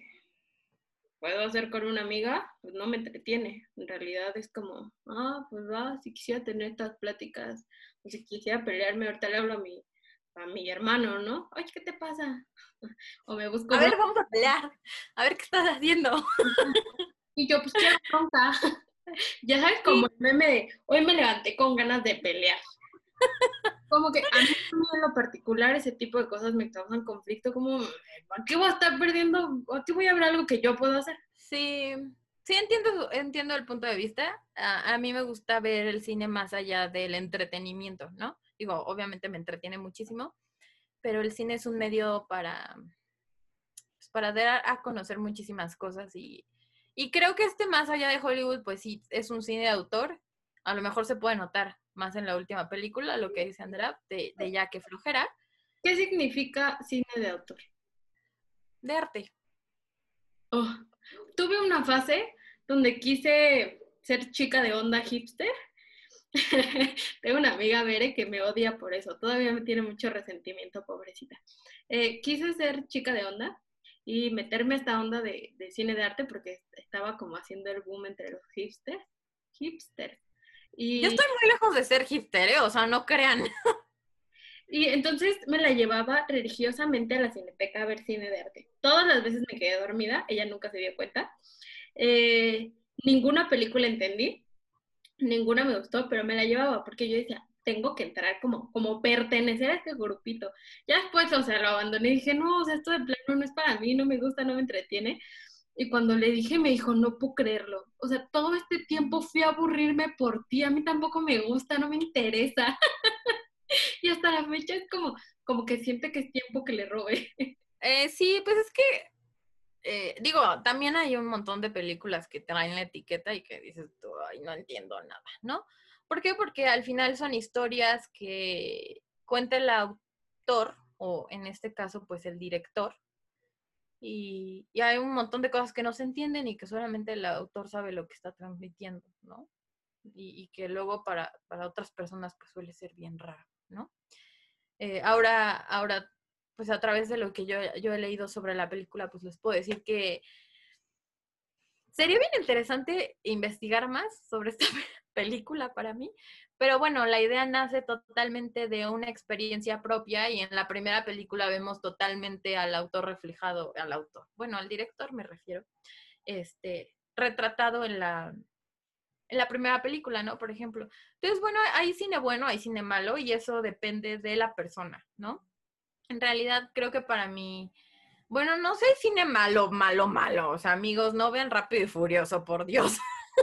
puedo hacer con una amiga, pues no me entretiene. En realidad es como, ah, pues va, si quisiera tener estas pláticas, o si quisiera pelearme, ahorita le hablo a mi, a mi hermano, ¿no? Oye, ¿qué te pasa? O me busco A bronca. ver, vamos a pelear. A ver qué estás haciendo. Y yo, pues quiero bronca. Ya sabes, como Sí, el meme de, hoy me levanté con ganas de pelear. Como que a mí en lo particular ese tipo de cosas me causan conflicto, como, ¿a qué voy a estar perdiendo? ¿A qué voy a ver algo que yo puedo hacer? sí, sí entiendo, entiendo el punto de vista. A, a mí me gusta ver el cine más allá del entretenimiento, ¿no? Digo, obviamente me entretiene muchísimo, pero el cine es un medio para, pues, para dar a conocer muchísimas cosas y, y creo que este más allá de Hollywood, pues sí, es un cine de autor. A lo mejor se puede notar más en la última película, lo que dice Andrea, de, de ya que flojera, ¿Qué significa cine de autor? de arte. Oh, tuve una fase donde quise ser chica de onda hipster. Tengo una amiga, Bere, que me odia por eso. Todavía me tiene mucho resentimiento, pobrecita. Eh, quise ser chica de onda y meterme a esta onda de, de cine de arte porque estaba como haciendo el boom entre los hipsters. Hipsters. Yo Y, estoy muy lejos de ser hipster, ¿eh? O sea, no crean. y entonces me la llevaba religiosamente a la Cineteca a ver cine de arte. Todas las veces me quedé dormida, ella nunca se dio cuenta. Eh, ninguna película entendí, ninguna me gustó, pero me la llevaba porque yo decía, tengo que entrar como, como pertenecer a este grupito. Ya después, o sea, lo abandoné y dije, no, o sea, esto de plano no es para mí, no me gusta, no me entretiene. Y cuando le dije, me dijo, no puedo creerlo. O sea, todo este tiempo fui a aburrirme por ti, a mí tampoco me gusta, no me interesa. Y hasta la fecha es como, como que siente que es tiempo que le robe. Eh, sí, pues es que, eh, digo, también hay un montón de películas que traen la etiqueta y que dices tú, ay, no entiendo nada, ¿no? ¿Por qué? Porque al final son historias que cuenta el autor, o en este caso, pues el director, y, y hay un montón de cosas que no se entienden y que solamente el autor sabe lo que está transmitiendo, ¿no? Y, y que luego para, para otras personas pues suele ser bien raro, ¿no? Eh, ahora, ahora, pues a través de lo que yo, yo he leído sobre la película, pues les puedo decir que sería bien interesante investigar más sobre esta película para mí, pero bueno, la idea nace totalmente de una experiencia propia y en la primera película vemos totalmente al autor reflejado, al autor, bueno, al director me refiero, este, retratado en la, en la primera película, ¿no? Por ejemplo. Entonces, bueno, hay cine bueno, hay cine malo y eso depende de la persona, ¿no? En realidad creo que para mí, bueno, no sé cine malo, malo, malo. O sea, amigos, no vean Rápido y Furioso, por Dios.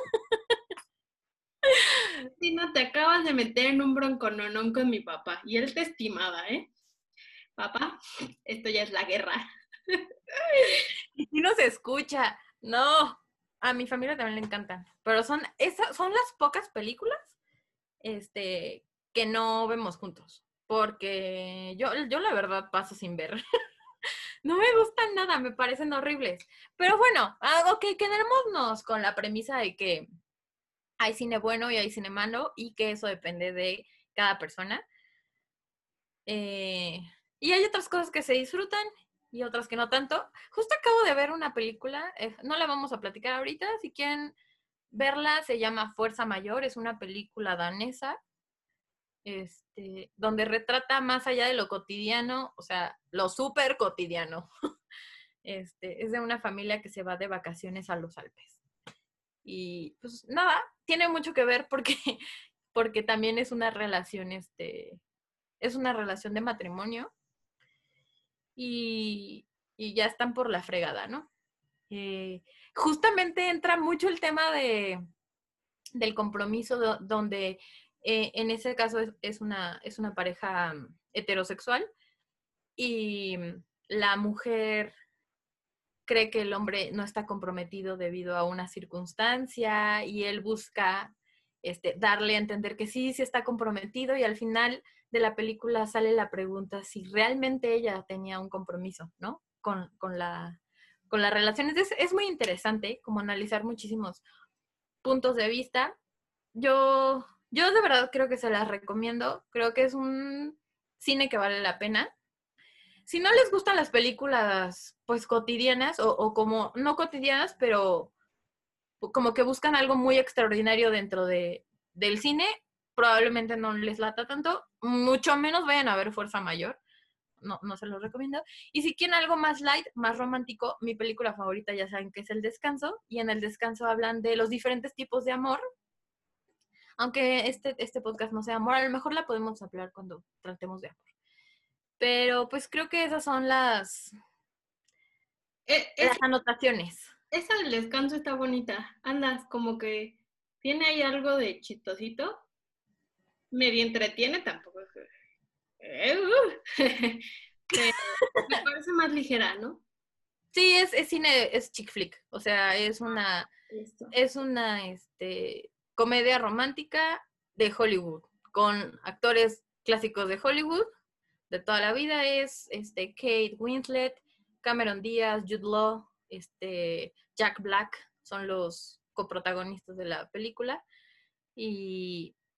Si no, te acabas de meter en un broncononón con mi papá y él te estimaba, ¿eh? Papá, esto ya es la guerra. Y si no se escucha, no. A mi familia también le encantan. Pero son, esas, son las pocas películas este, que no vemos juntos. Porque yo, yo la verdad paso sin ver. No me gustan nada, me parecen horribles. Pero bueno, ah, ok, quedémonos con la premisa de que hay cine bueno y hay cine malo y que eso depende de cada persona. Eh, y hay otras cosas que se disfrutan y otras que no tanto. Justo acabo de ver una película, eh, no la vamos a platicar ahorita, si quieren verla, se llama Fuerza Mayor, es una película danesa, este, donde retrata más allá de lo cotidiano, o sea, lo súper cotidiano. Este, es de una familia que se va de vacaciones a los Alpes. Y pues nada, tiene mucho que ver porque, porque también es una relación, este, es una relación de matrimonio y, y ya están por la fregada, ¿no? Eh, justamente entra mucho el tema de, del compromiso do, donde eh, en ese caso es, es, una, es una pareja um, heterosexual y la mujer cree que el hombre no está comprometido debido a una circunstancia y él busca este, darle a entender que sí, sí está comprometido y al final de la película sale la pregunta si realmente ella tenía un compromiso, ¿no? Con, con, la, con las relaciones. Es, es muy interesante como analizar muchísimos puntos de vista. Yo, yo de verdad creo que se las recomiendo. Creo que es un cine que vale la pena. Si no les gustan las películas, pues cotidianas, o, o como, no cotidianas, pero como que buscan algo muy extraordinario dentro de, del cine, probablemente no les lata tanto, mucho menos vayan a ver Fuerza Mayor, no, no se los recomiendo. Y si quieren algo más light, más romántico, mi película favorita ya saben que es El Descanso, y en El Descanso hablan de los diferentes tipos de amor, aunque este, este podcast no sea amor, a lo mejor la podemos hablar cuando tratemos de amor. Pero pues creo que esas son las, Eh, es, las anotaciones. esa del descanso está bonita. Andas como que tiene ahí algo de chistosito. Medio entretiene tampoco. Eh, uh, pero me parece más ligera, ¿no? Sí, es, es cine, es chick flick, o sea, es una, Listo. es una este, comedia romántica de Hollywood, con actores clásicos de Hollywood de toda la vida. Es este, Kate Winslet, Cameron Diaz, Jude Law, este, Jack Black, son los coprotagonistas de la película. Y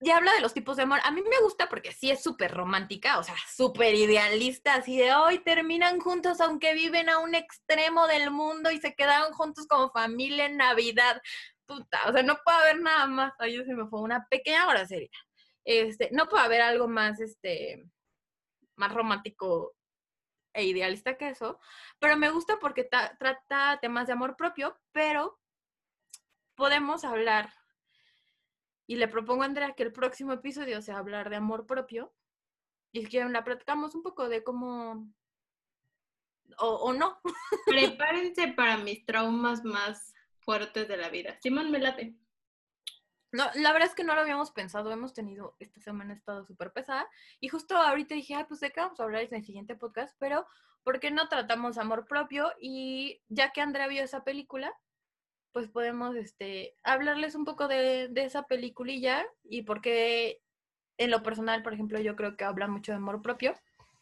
ya habla de los tipos de amor. A mí me gusta porque sí es súper romántica, o sea, súper idealista, así de hoy terminan juntos aunque viven a un extremo del mundo y se quedaron juntos como familia en Navidad. Puta, o sea, no puede haber nada más. Ay, se me fue una pequeña grosería. Este, no puede haber algo más, este, más romántico e idealista que eso, pero me gusta porque ta- trata temas de amor propio, pero podemos hablar, y le propongo a Andrea que el próximo episodio sea hablar de amor propio, y si quieren la platicamos un poco de cómo, o, o no. Prepárense para mis traumas más fuertes de la vida. Simón, me late. No, la verdad es que no lo habíamos pensado, hemos tenido, esta semana ha estado súper pesada, y justo ahorita dije, ay, pues de qué vamos a hablar en el siguiente podcast, pero ¿por qué no tratamos amor propio? Y ya que Andrea vio esa película, pues podemos este, hablarles un poco de, de esa peliculilla y porque en lo personal, por ejemplo, yo creo que habla mucho de amor propio.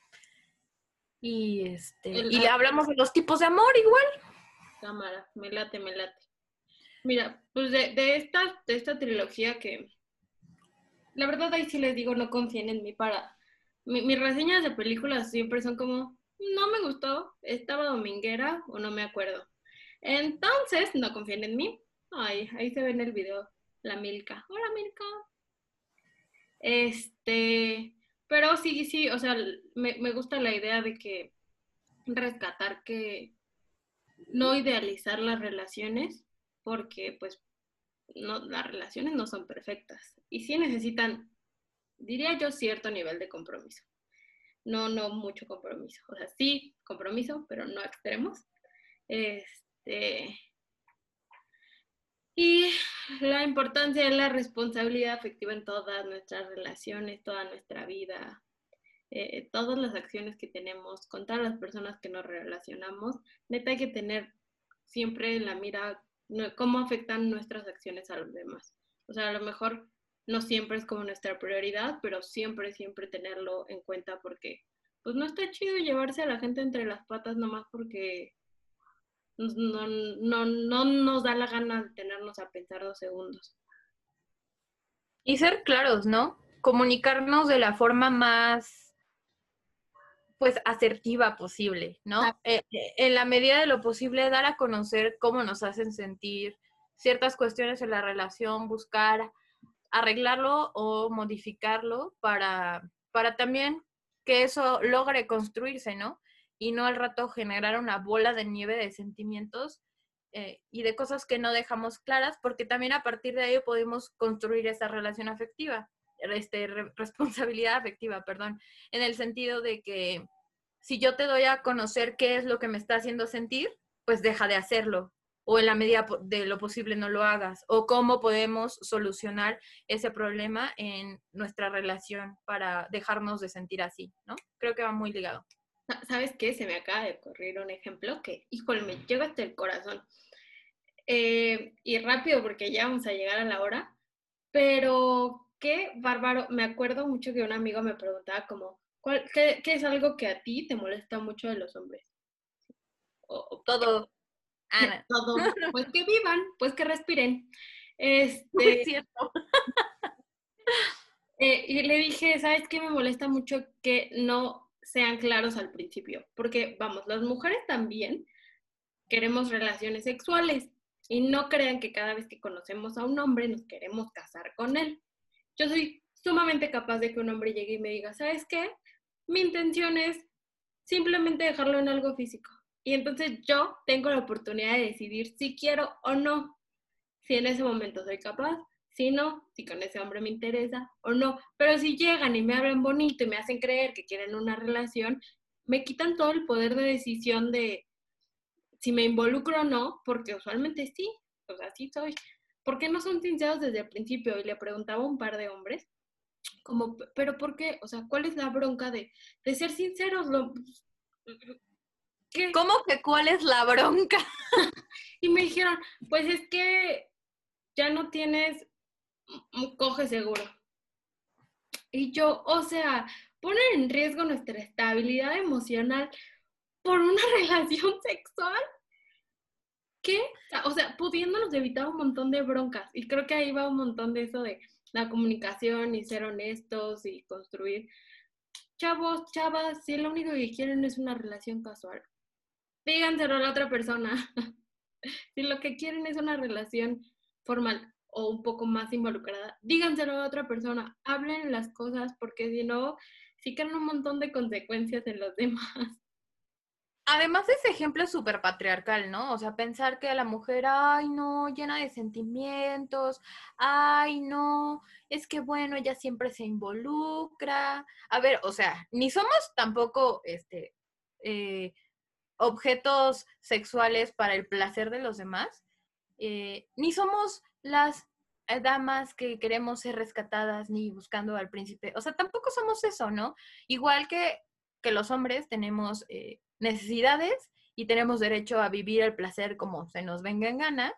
Y este, El, y le a- hablamos de los tipos de amor igual. cámara, me late, me late. Mira, pues de, de, esta, de esta trilogía que, la verdad ahí sí les digo, no confíen en mí para... Mi, mis reseñas de películas siempre son como, no me gustó, estaba dominguera o no me acuerdo. Entonces, no confíen en mí. Ay, ahí se ve en el video la Milka. Hola, Milka. Este, pero sí, sí, o sea, me, me gusta la idea de que rescatar que no idealizar las relaciones, porque pues no, las relaciones no son perfectas y sí necesitan, diría yo, cierto nivel de compromiso. No, no mucho compromiso. O sea, sí compromiso, pero no extremos. Este, y la importancia de la responsabilidad afectiva en todas nuestras relaciones, toda nuestra vida, eh, todas las acciones que tenemos, con todas las personas que nos relacionamos, neta hay que tener siempre en la mira no, cómo afectan nuestras acciones a los demás. O sea, a lo mejor no siempre es como nuestra prioridad, pero siempre, siempre tenerlo en cuenta porque pues no está chido llevarse a la gente entre las patas nomás porque no, no, no nos da la gana de tenernos a pensar dos segundos. Y ser claros, ¿no? Comunicarnos de la forma más, pues, asertiva posible, ¿no? Eh, eh, en la medida de lo posible, dar a conocer cómo nos hacen sentir ciertas cuestiones en la relación, buscar arreglarlo o modificarlo para, para también que eso logre construirse, ¿no? Y no al rato generar una bola de nieve de sentimientos eh, y de cosas que no dejamos claras, porque también a partir de ello podemos construir esa relación afectiva, este, re- responsabilidad afectiva, perdón, en el sentido de que si yo te doy a conocer qué es lo que me está haciendo sentir, pues deja de hacerlo, o en la medida de lo posible no lo hagas, o cómo podemos solucionar ese problema en nuestra relación para dejarnos de sentir así, ¿no? Creo que va muy ligado. ¿Sabes qué? Se me acaba de ocurrir un ejemplo que, híjole, me llega hasta el corazón. Eh, y rápido porque ya vamos a llegar a la hora, pero qué bárbaro. Me acuerdo mucho que un amigo me preguntaba como, ¿cuál, qué, qué es algo que a ti te molesta mucho de los hombres? O, o Todo, Ana. todo, pues que vivan, pues que respiren. No es Este, cierto. eh, y le dije, ¿sabes qué? Me molesta mucho que no sean claros al principio, porque vamos, las mujeres también queremos relaciones sexuales y no crean que cada vez que conocemos a un hombre nos queremos casar con él. Yo soy sumamente capaz de que un hombre llegue y me diga, ¿sabes qué? Mi intención es simplemente dejarlo en algo físico. Y entonces yo tengo la oportunidad de decidir si quiero o no, si en ese momento soy capaz, si no, si con ese hombre me interesa o no. Pero si llegan y me hablan bonito y me hacen creer que quieren una relación, me quitan todo el poder de decisión de si me involucro o no, porque usualmente sí, o sea, sí soy. ¿Por qué no son sinceros desde el principio? Y le preguntaba a un par de hombres, como, pero ¿por qué? O sea, ¿cuál es la bronca de, de ser sinceros? Lo, ¿qué? ¿Cómo que cuál es la bronca? Y me dijeron, pues es que ya no tienes un coge seguro. Y yo, o sea, poner en riesgo nuestra estabilidad emocional por una relación sexual. ¿Qué? O sea, pudiéndonos evitar un montón de broncas. Y creo que ahí va un montón de eso de la comunicación y ser honestos y construir. Chavos, chavas, si lo único que quieren es una relación casual, díganselo a la otra persona. Si lo que quieren es una relación formal o un poco más involucrada, díganselo a la otra persona, hablen las cosas, porque si no, sí crean un montón de consecuencias en los demás. Además, ese ejemplo es súper patriarcal, ¿no? O sea, pensar que la mujer, ay, no, llena de sentimientos, ay, no, es que bueno, ella siempre se involucra. A ver, o sea, ni somos tampoco, este, eh, objetos sexuales para el placer de los demás, eh, ni somos las damas que queremos ser rescatadas ni buscando al príncipe. O sea, tampoco somos eso, ¿no? Igual que, que los hombres tenemos eh, necesidades y tenemos derecho a vivir el placer como se nos venga en gana.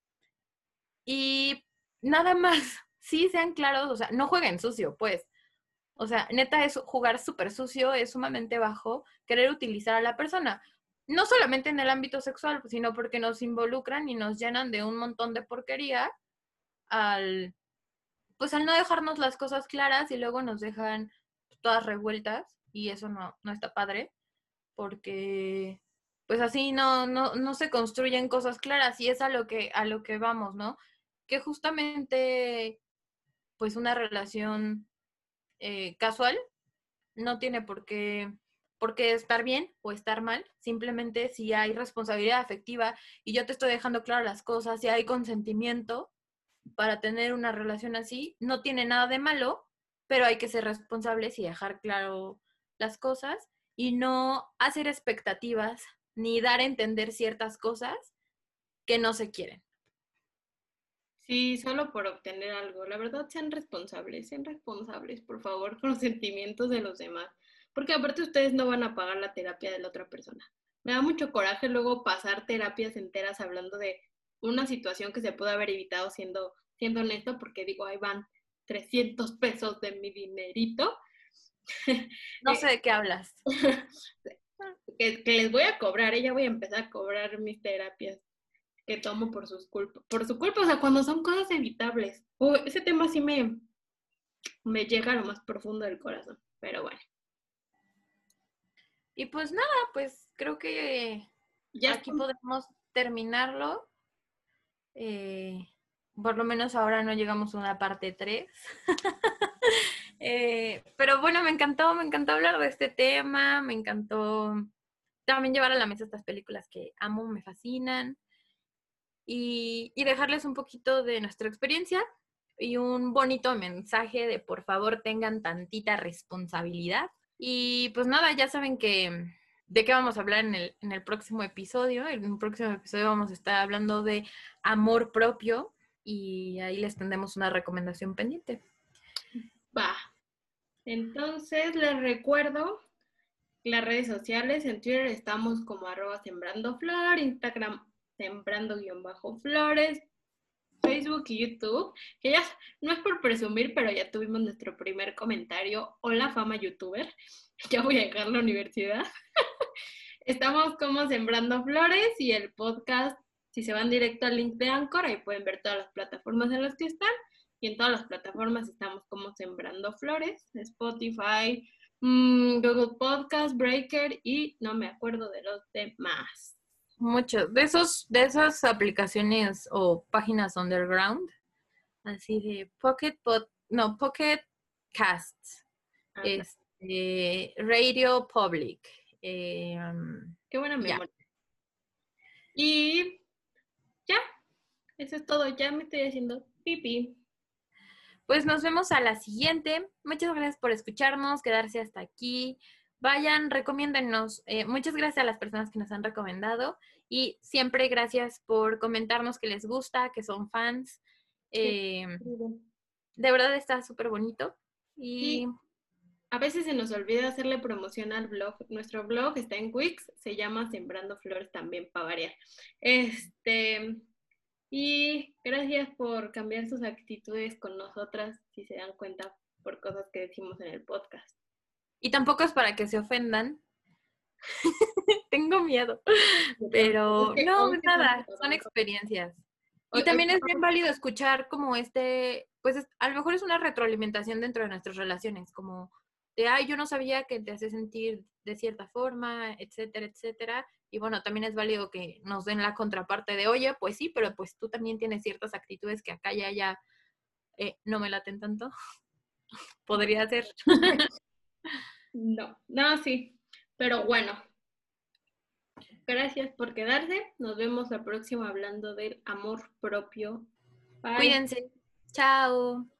Y nada más, sí sean claros, o sea, no jueguen sucio, pues. O sea, neta es jugar súper sucio, es sumamente bajo querer utilizar a la persona. No solamente en el ámbito sexual, sino porque nos involucran y nos llenan de un montón de porquería al, pues al no dejarnos las cosas claras y luego nos dejan todas revueltas y eso no, no está padre porque pues así no, no, no se construyen cosas claras y es a lo que, a lo que vamos, ¿no? Que justamente pues una relación eh, casual no tiene por qué, por qué estar bien o estar mal, simplemente si hay responsabilidad afectiva y yo te estoy dejando claras las cosas, si hay consentimiento para tener una relación así, no tiene nada de malo, pero hay que ser responsables y dejar claro las cosas y no hacer expectativas ni dar a entender ciertas cosas que no se quieren. Sí, solo por obtener algo. La verdad, sean responsables, sean responsables, por favor, con los sentimientos de los demás. Porque aparte ustedes no van a pagar la terapia de la otra persona. Me da mucho coraje luego pasar terapias enteras hablando de una situación que se puede haber evitado siendo, siendo honesto, porque digo, ahí van trescientos pesos de mi dinerito. No sé de qué hablas. que, que les voy a cobrar, ¿eh? Ya voy a empezar a cobrar mis terapias que tomo por sus culpas, por su culpa, o sea, cuando son cosas evitables. Uh, ese tema sí me, me llega a lo más profundo del corazón, pero bueno. Y pues nada, pues creo que Ya aquí estamos. podemos terminarlo. Eh, por lo menos ahora no llegamos a una parte tres. eh, pero bueno, me encantó, me encantó hablar de este tema, me encantó también llevar a la mesa estas películas que amo, me fascinan y, y dejarles un poquito de nuestra experiencia y un bonito mensaje de por favor tengan tantita responsabilidad. Y pues nada, ya saben que de qué vamos a hablar en el, en el próximo episodio. En el próximo episodio vamos a estar hablando de amor propio y ahí les tendremos una recomendación pendiente. Va. Entonces les recuerdo las redes sociales. En Twitter estamos como arroba sembrando flor, Instagram sembrando-flores, Facebook y YouTube, que ya no es por presumir, pero ya tuvimos nuestro primer comentario. Hola, fama youtuber. Ya voy a dejar la universidad. Estamos como Sembrando Flores y el podcast, si se van directo al link de Anchor, ahí pueden ver todas las plataformas en las que están. Y en todas las plataformas estamos como Sembrando Flores, Spotify, mmm, Google Podcast, Breaker y no me acuerdo de los demás. Muchos de esos, de esas aplicaciones o páginas underground, así de Pocket Pod, no, Pocket Casts, este, Radio Public. Eh, um, Qué buena ya. memoria. Y ya, eso es todo. Ya me estoy haciendo pipí. Pues nos vemos a la siguiente. Muchas gracias por escucharnos, quedarse hasta aquí. Vayan, recomiéndennos. Eh, muchas gracias a las personas que nos han recomendado y siempre gracias por comentarnos que les gusta, que son fans. Eh, de verdad está súper bonito. Y... y a veces se nos olvida hacerle promoción al blog. Nuestro blog está en Wix, se llama Sembrando Flores también, para variar. Este, y gracias por cambiar sus actitudes con nosotras, si se dan cuenta por cosas que decimos en el podcast. Y tampoco es para que se ofendan. Tengo miedo. Pero no, pues nada, son experiencias. Y también es bien válido escuchar como este, pues es- a lo mejor es una retroalimentación dentro de nuestras relaciones, como de, ay, yo no sabía que te hace sentir de cierta forma, etcétera, etcétera. Y bueno, también es válido que nos den la contraparte de, oye, pues sí, pero pues tú también tienes ciertas actitudes que acá ya, ya eh, no me laten tanto. Podría ser. No, no, sí. Pero bueno, gracias por quedarse. Nos vemos la próxima hablando del amor propio. Bye. Cuídense. Chao.